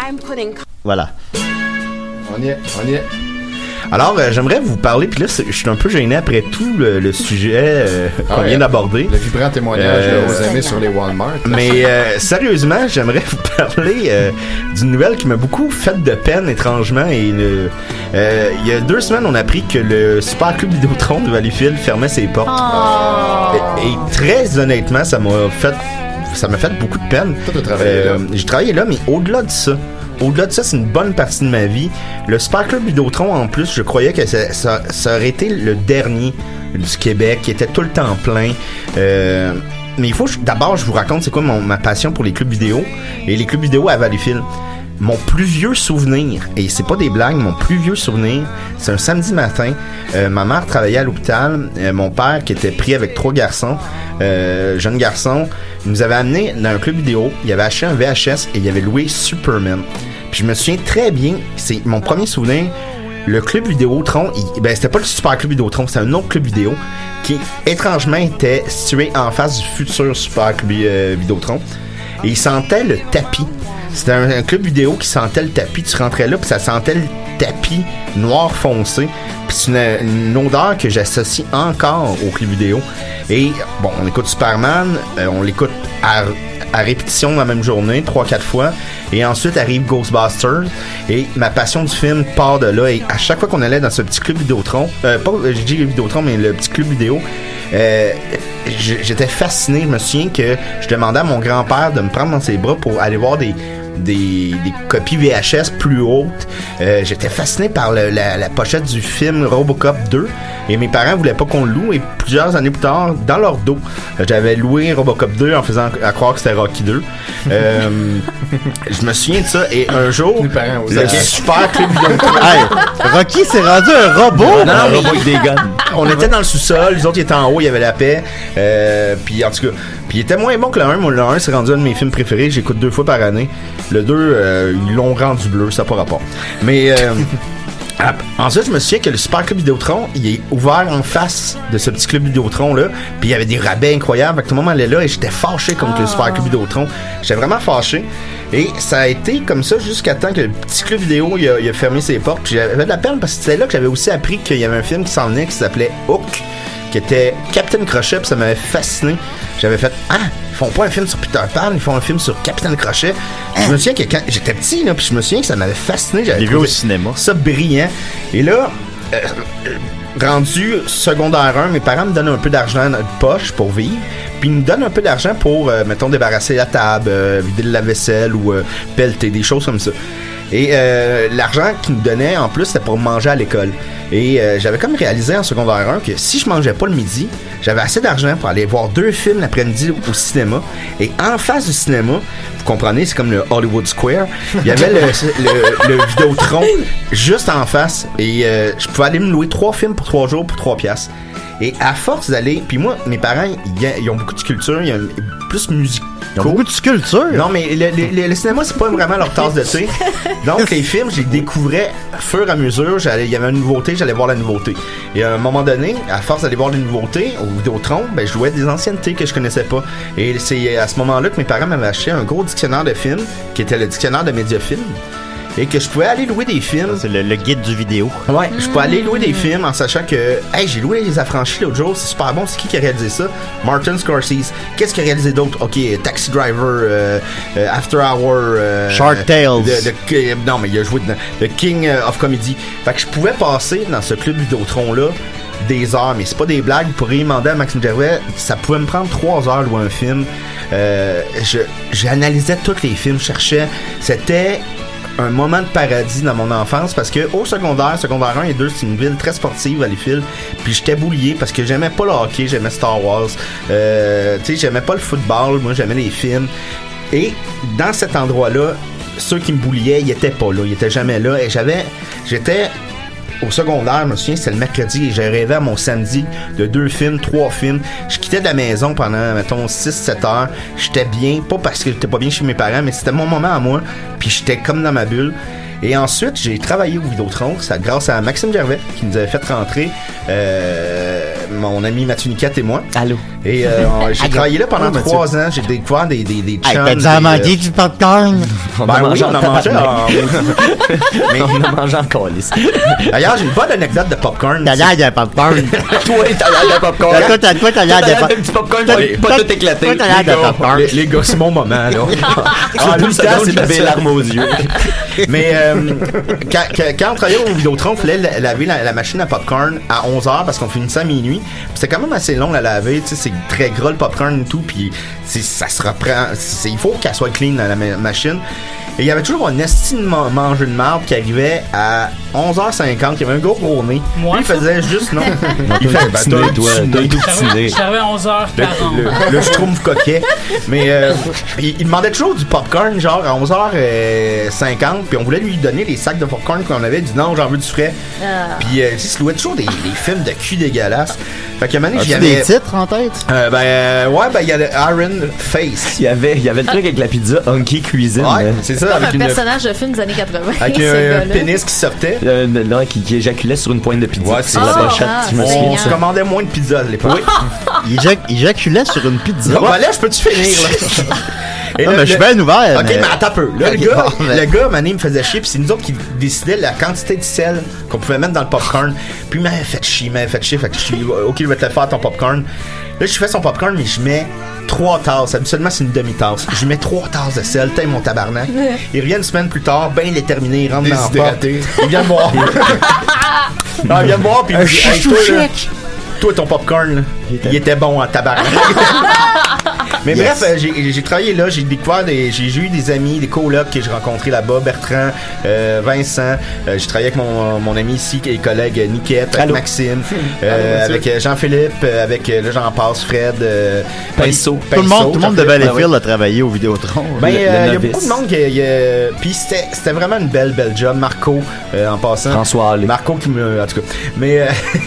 Voilà. On y est, on y est. Alors, euh, j'aimerais vous parler, puis là, c'est- je suis un peu gêné après tout le, le sujet euh, qu'on Ah ouais. vient d'aborder. Le vibrant témoignage Euh, de Rosemée sur les Walmart. Mais euh, sérieusement, j'aimerais vous parler euh, d'une nouvelle qui m'a beaucoup fait de peine, étrangement. Et le- euh, il y a deux semaines, on a appris que le Super Club Vidéotron de Valleyfield fermait ses portes. Oh. Et, et très honnêtement, ça m'a fait... ça m'a fait beaucoup de peine. Toi, t'as travaillé Euh, là. J'ai travaillé là, mais au-delà de ça, au-delà de ça, c'est une bonne partie de ma vie. Le Super Club Vidéotron, en plus, je croyais que ça, ça, ça aurait été le dernier du Québec, qui était tout le temps plein. Euh, mais il faut, je- d'abord, je vous raconte c'est quoi mon, ma passion pour les clubs vidéo et les clubs vidéo à Valleyfield. Mon plus vieux souvenir, et c'est pas des blagues, mon plus vieux souvenir, c'est un samedi matin. Euh, ma mère travaillait à l'hôpital. Euh, mon père, qui était pris avec trois garçons, euh, jeunes garçons, il nous avait amené dans un club vidéo. Il avait acheté un V H S et il avait loué Superman. Puis je me souviens très bien, c'est mon premier souvenir. Le club Vidéotron, il, ben c'était pas le Super Club Vidéotron, c'était un autre club vidéo qui étrangement était situé en face du futur Super Club euh, Vidéotron. Et il sentait le tapis. C'était un, un club vidéo qui sentait le tapis. Tu rentrais là, puis ça sentait le tapis noir foncé. Puis c'est une, une odeur que j'associe encore au club vidéo. Et bon, on écoute Superman, euh, on l'écoute à, à répétition dans la même journée, trois quatre fois. Et ensuite arrive Ghostbusters. Et ma passion du film part de là. Et à chaque fois qu'on allait dans ce petit club Vidéotron, euh, pas, je dis Vidéotron, mais le petit club vidéo, euh, j'étais fasciné. Je me souviens que je demandais à mon grand-père de me prendre dans ses bras pour aller voir des Des, des copies V H S plus hautes. Euh, j'étais fasciné par le, la, la pochette du film Robocop deux et mes parents voulaient pas qu'on le loue et plusieurs années plus tard, dans leur dos, j'avais loué Robocop deux en faisant à croire que c'était Rocky deux. Euh, je me souviens de ça et un jour, le super club vidéo. Hey, Rocky s'est rendu un robot. Non, un mais robot avec des guns. On était dans le sous-sol, les autres ils étaient en haut, il y avait la paix. Euh, puis en tout cas, puis il était moins bon que le un. Moi, le un, c'est rendu un de mes films préférés. J'écoute deux fois par année. Le deux, euh, ils l'ont rendu bleu, ça n'a pas rapport. Mais euh, ensuite, je me souviens que le Super Club Vidéotron, il est ouvert en face de ce petit club Vidéotron là. Puis il y avait des rabais incroyables. Fait que tout le monde allait là et j'étais fâché contre Ah. le Super Club Vidéotron. J'étais vraiment fâché. Et ça a été comme ça jusqu'à temps que le petit club vidéo il a, il a fermé ses portes. Puis j'avais de la peine parce que c'était là que j'avais aussi appris qu'il y avait un film qui s'en venait qui s'appelait Hook, qui était Captain Crochet, puis ça m'avait fasciné. J'avais fait ah, ils font pas un film sur Peter Pan, ils font un film sur Captain Crochet. Puis je me souviens que quand j'étais petit là, puis je me souviens que ça m'avait fasciné. J'avais Je l'ai vu trouvé au cinéma. ça brillant. Et là, euh, rendu secondaire un, mes parents me donnent un peu d'argent de poche pour vivre. Puis ils me donnent un peu d'argent pour, euh, mettons, débarrasser la table, euh, vider le lave-vaisselle ou euh, pelleter, des choses comme ça. Et euh, l'argent qu'ils me donnaient, en plus, c'était pour manger à l'école. Et euh, j'avais comme réalisé en secondaire un que si je mangeais pas le midi, j'avais assez d'argent pour aller voir deux films l'après-midi au cinéma. Et en face du cinéma, vous comprenez, c'est comme le Hollywood Square, il y avait le, le, le Vidéotron juste en face. Et euh, je pouvais aller me louer trois films pour trois jours pour trois piastres. Et à force d'aller, puis moi, mes parents, ils, ils ont beaucoup de culture, ils ont plus musique. Ils ont beaucoup de culture. Non, mais le, le, le cinéma, c'est pas vraiment leur tasse de thé. Donc, les films, je les découvrais au fur et à mesure. J'allais, il y avait une nouveauté, j'allais voir la nouveauté. Et à un moment donné, à force d'aller voir les nouveautés au Vidéotron, ben, je jouais des anciennetés que je connaissais pas. Et c'est à ce moment-là que mes parents m'avaient acheté un gros dictionnaire de films, qui était le dictionnaire de Mediafilm. Et que je pouvais aller louer des films. C'est le, le guide du vidéo. Ouais, je pouvais aller louer des films en sachant que, hey, j'ai loué Les Affranchis l'autre jour, c'est super bon. C'est qui qui a réalisé ça? Martin Scorsese. Qu'est-ce qu'il a réalisé d'autre? Ok, Taxi Driver, euh, euh, After Hour, euh, Shark Tales. The, the, the, non, mais il a joué dedans. The King of Comedy. Fait que je pouvais passer dans ce club Vidéotron-là des heures, mais c'est pas des blagues. Vous pourriez demander à Maxime Gervais, ça pouvait me prendre trois heures louer un film. Euh, je, j'analysais tous les films, je cherchais. C'était un moment de paradis dans mon enfance parce que au secondaire, secondaire un et deux, c'est une ville très sportive à Valleyfield. Puis j'étais boulié parce que j'aimais pas le hockey, j'aimais Star Wars. Euh, tu sais, j'aimais pas le football, moi j'aimais les films. Et dans cet endroit-là, ceux qui me bouliaient, ils étaient pas là, ils étaient jamais là. Et j'avais, j'étais au secondaire, je me souviens, c'était le mercredi et j'ai rêvé à mon samedi de deux films, trois films. Je quittais de la maison pendant, mettons, six sept heures. J'étais bien, pas parce que j'étais pas bien chez mes parents, mais c'était mon moment à moi. Puis j'étais comme dans ma bulle. Et ensuite, j'ai travaillé au Vidéotron, ça grâce à Maxime Gervais qui nous avait fait rentrer, euh, mon ami Mathieu Niquette et moi. Allô. Et euh, on- j'ai Allô. travaillé là pendant Allô, trois ans. J'ai découvert des des des Hey, chums, t'as déjà des, mangé euh, du popcorn? On Ben a oui, mangé on en a mangé. tabarnak. ah, Mais on a mangé en calice. D'ailleurs, j'ai une bonne anecdote de popcorn. T'as l'air d'un popcorn. Toi, t'as l'air de popcorn. Toi, t'as toi, t'as l'air Toi, de t'as popcorn. petit popcorn, Toi, pas toi, tout éclaté. toi, t'as l'air de Les gars, popcorn. les, les gars, c'est mon moment, là. Ah, Tout lui, le ça temps, donne c'est des facile. larmes aux yeux. Mais euh, euh, quand, quand, quand on travaillait au Vidéotron, il fallait laver la, la machine à popcorn à onze heures parce qu'on finissait à minuit. Puis c'était quand même assez long à laver, tu sais, c'est très gras le popcorn et tout, puis ça se reprend. C'est, il faut qu'elle soit clean la, la machine. Et il y avait toujours un esti de manger de marde qui arrivait à onze heures cinquante, qui avait un gros gros nez. Moi, il faisait juste, non. Il fait petit nez, toi. T'as eu tout petit nez. J'avais à onze heures quarante. Le, le, le schtroumpf coquet. Mais euh, il, il demandait toujours du popcorn, genre à onze heures cinquante, puis on voulait lui donner les sacs de popcorn qu'on avait. Il dit non, j'en veux du frais. Ah. Puis euh, il se louait toujours des, des films de cul dégueulasses. Fait qu'à un moment donné, j'y avais. Des titres en tête? Euh, ben, euh, ouais, ben, il y a Iron Face. Il y avait, il y avait le truc avec la pizza Hunky Cuisine. Ouais, c'est ça. Avec un une... personnage de film des années quatre-vingts. Avec un, un pénis qui sortait. Euh, non, qui, qui éjaculait sur une pointe de pizza. Ouais, c'est sur ça. la pochette, Ah, si je me on souviens. se commandait moins de pizza à l'époque. Oui. Il éjac- éjaculait sur une pizza. Non, ben là, je peux-tu finir, là? Et non, là, mais je suis bien ouvert. Ok, mais, mais attends un peu. Là, okay, le gars, bon, mais... le gars, Mané, me faisait chier, puis c'est nous autres qui décidaient la quantité de sel qu'on pouvait mettre dans le popcorn. Puis il m'avait fait chier, il m'avait fait chier. Fait que je suis, ok, je vais te le faire ton popcorn. Là, je fais son popcorn, mais je mets trois tasses. Habituellement, c'est une demi-tasse. Je mets trois tasses de sel, t'es mon tabarnak. Il revient une semaine plus tard, ben déterminé, il rentre dans la porte. Il vient me voir. Non, il vient me voir, puis il me dit, hey, toi, là, toi, ton popcorn, là, il était bon en tabarnak. Mais yes. Bref, euh, j'ai, j'ai travaillé là, j'ai découvert des, j'ai, j'ai eu des amis, des colocs que j'ai rencontrés là-bas, Bertrand, euh, Vincent, euh, j'ai travaillé avec mon, mon ami ici, et collègue Niquette, avec Allô. Maxime, euh, Allô, avec Jean-Philippe, avec, là j'en passe, Fred, euh, Pinceau. Tout le monde, tout le monde de Valleyfield a travaillé au Vidéotron. Ben, il euh, y a beaucoup de monde qui, y a, puis c'était, c'était vraiment une belle, belle job. Marco, euh, en passant. François Allais. Marco qui me, en tout cas. Mais, euh,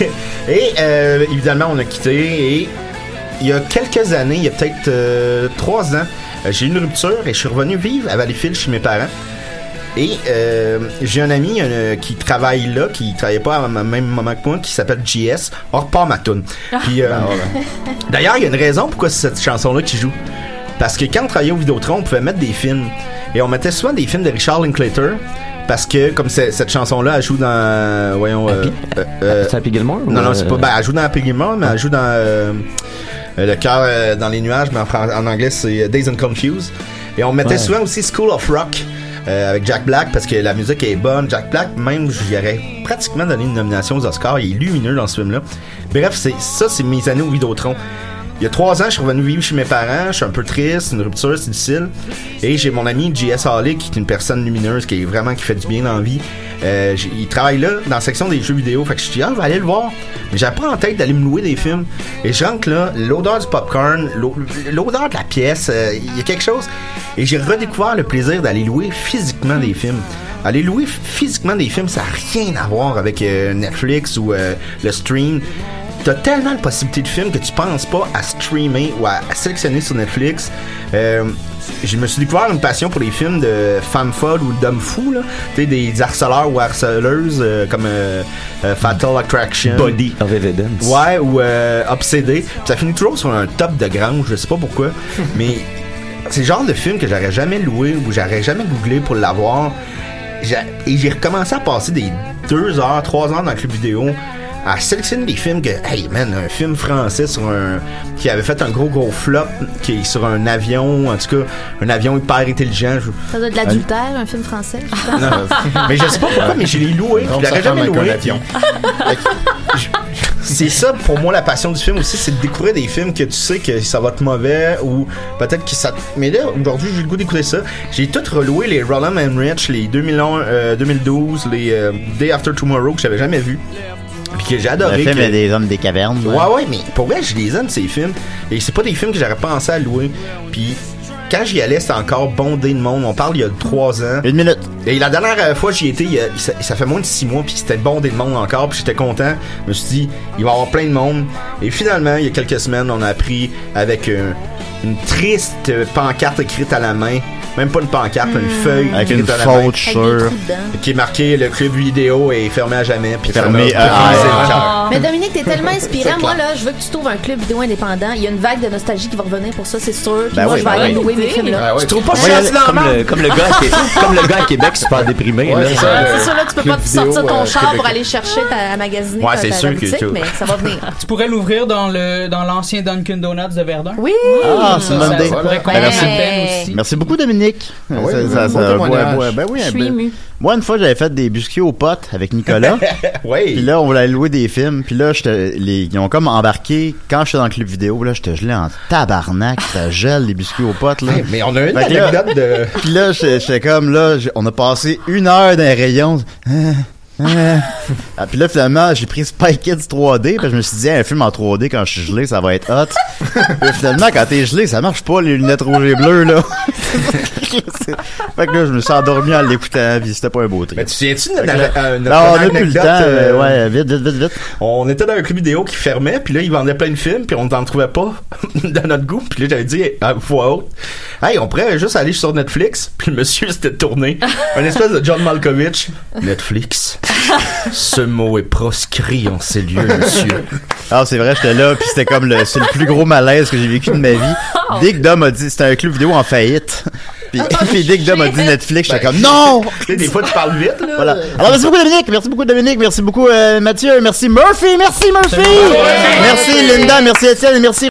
et, euh, évidemment, on a quitté et, il y a quelques années, il y a peut-être euh, trois ans, euh, j'ai eu une rupture et je suis revenu vivre à Valleyfield chez mes parents. Et euh, j'ai un ami euh, qui travaille là, qui travaillait pas au même moment que moi, qui s'appelle J S. On repart ma toune. Puis, euh, d'ailleurs, il y a une raison pourquoi c'est cette chanson-là qui joue. Parce que quand on travaillait au Vidéotron, on pouvait mettre des films. Et on mettait souvent des films de Richard Linklater. Parce que, comme cette chanson-là, elle joue dans. Euh, voyons. Euh, euh, euh, c'est Happy Gilmore? Non, non, c'est pas. Ben, elle joue dans Happy Gilmore, mais elle joue dans. Euh, Le cœur euh, dans les nuages, mais en, en anglais c'est Dazed and Confused. Et on mettait ouais. souvent aussi School of Rock euh, avec Jack Black parce que la musique est bonne. Jack Black, même, j'y aurais pratiquement donné une nomination aux Oscars. Il est lumineux dans ce film-là. Bref, c'est, ça, c'est mes années au Vidéotron. Il y a trois ans, je suis revenu vivre chez mes parents. Je suis un peu triste, une rupture, c'est difficile. Et j'ai mon ami J S Halley, qui est une personne lumineuse, qui est vraiment qui fait du bien dans la vie. Euh, il travaille là, dans la section des jeux vidéo. Fait que je dis, ah, je vais aller le voir. Mais j'avais pas en tête d'aller me louer des films. Et je rentre là, l'odeur du popcorn, l'odeur de la pièce, euh, il y a quelque chose. Et j'ai redécouvert le plaisir d'aller louer physiquement des films. Aller louer physiquement des films, ça n'a rien à voir avec euh, Netflix ou euh, le stream. T'as tellement de possibilités de films que tu penses pas à streamer ou à, à sélectionner sur Netflix. Euh, je me suis découvert une passion pour les films de femmes folles ou d'hommes fous, là. Tu sais, des harceleurs ou harceleuses euh, comme euh, euh, Fatal Attraction. Body of Evidence. Ouais, ou euh, Obsédé. Puis ça finit toujours sur un top de grange, je sais pas pourquoi. Mais c'est le genre de film que j'aurais jamais loué ou j'aurais jamais googlé pour l'avoir. J'ai, et j'ai recommencé à passer des deux heures, trois heures dans le club vidéo à sélectionner des films que, hey man, un film français sur un qui avait fait un gros gros flop, qui est sur un avion, en tout cas, un avion hyper intelligent. Je... Ça doit être de l'adultère, un, un film français. Non, mais je sais pas pourquoi, mais je l'ai loué. Je l'aurais jamais loué. C'est ça, pour moi, la passion du film aussi, c'est de découvrir des films que tu sais que ça va être mauvais ou peut-être que ça. Mais là, aujourd'hui, j'ai le goût d'écouter ça. J'ai tout reloué, les Roland Emmerich, les deux mille un, euh, deux mille douze, les euh, Day After Tomorrow que j'avais jamais vu. Puis que j'ai adoré. Le film que... des hommes des cavernes. Ouais, ouais, mais pour vrai, je les aime, ces films. Et c'est pas des films que j'aurais pensé à louer. Puis quand j'y allais, c'était encore bondé de monde. On parle il y a trois ans. Une minute. Et la dernière fois j'y étais, il y a, ça, ça fait moins de six mois, puis c'était bondé de monde encore, puis j'étais content. Je me suis dit, il va y avoir plein de monde. Et finalement, il y a quelques semaines, on a appris avec euh, une triste pancarte écrite à la main. Même pas une pancarte, mmh. une feuille avec une faute sûre qui est marqué le club vidéo est fermé à jamais puis fermé à ah. Mais Dominique, t'es tellement inspirant. Moi là, je veux que tu trouves un club vidéo indépendant. Il y a une vague de nostalgie qui va revenir pour ça, c'est sûr. Puis ben moi, oui, je vais ben aller oui. louer mes films là. Ben oui. Tu trouves pas ouais, ça comme, le, comme le gars à, comme le gars à Québec super déprimé ouais, là. C'est, ça, c'est sûr là, tu peux pas sortir ton char pour aller chercher ta, à magasiner ouais, ta, c'est ta, sûr ta boutique, que mais ça va venir. Tu pourrais l'ouvrir dans le dans l'ancien Dunkin' Donuts de Verdun. Oui. Ah, c'est une bonne idée. Ça pourrait compter la peine aussi. Merci beaucoup Dominique. Dominique. Ah oui, Ça- oui, ça- beau ça- témoignage. ouais, ouais, ben oui, Je un suis peu. émue. Moi, une fois, j'avais fait des biscuits aux potes avec Nicolas. Oui. Puis là, on voulait aller louer des films. Puis là, j'étais- les, ils ont comme embarqué. Quand j'étais dans le club vidéo, là, j'étais gelé en tabarnak. Ça gèle les biscuits aux potes, là. Hey, mais on a une Fait que là- anecdote de... Puis là, j'étais j'étais comme, là, j'ai- on a passé une heure dans les rayons. Ah, puis là, finalement, j'ai pris Spy Kids trois D, puis je me suis dit, un film en trois D, quand je suis gelé, ça va être hot. Puis finalement, quand t'es gelé, ça marche pas, les lunettes rouges et bleues, là. Fait que là, je me suis endormi en l'écoutant, puis c'était pas un beau trip. Mais tu te souviens-tu de Fait que notre, là- euh, notre Non, on a anecdote, plus le temps, euh, euh, ouais, vite, vite, vite, vite. On était dans un club vidéo qui fermait, puis là, ils vendaient plein de films, puis on n'en trouvait pas dans notre goût. Puis là, j'avais dit à voix haute, hey, on pourrait juste aller sur Netflix. Puis le monsieur s'était tourné. Un espèce de John Malkovich. Netflix. Ce mot est proscrit en ces lieux, monsieur. Ah, c'est vrai, j'étais là, puis c'était comme le, c'est le plus gros malaise que j'ai vécu de ma vie. Dès que Dom a dit, c'était un club vidéo en faillite. Puis, puis dès que Dom a dit Netflix, j'étais Ben, comme, non! Tu sais, des fois, tu parles vite, là. Voilà. Alors, merci beaucoup, Dominique. Merci beaucoup, Dominique. Merci beaucoup, euh, Mathieu. Merci, Murphy. Merci, Murphy. Merci, Linda. Merci, Étienne. Et merci,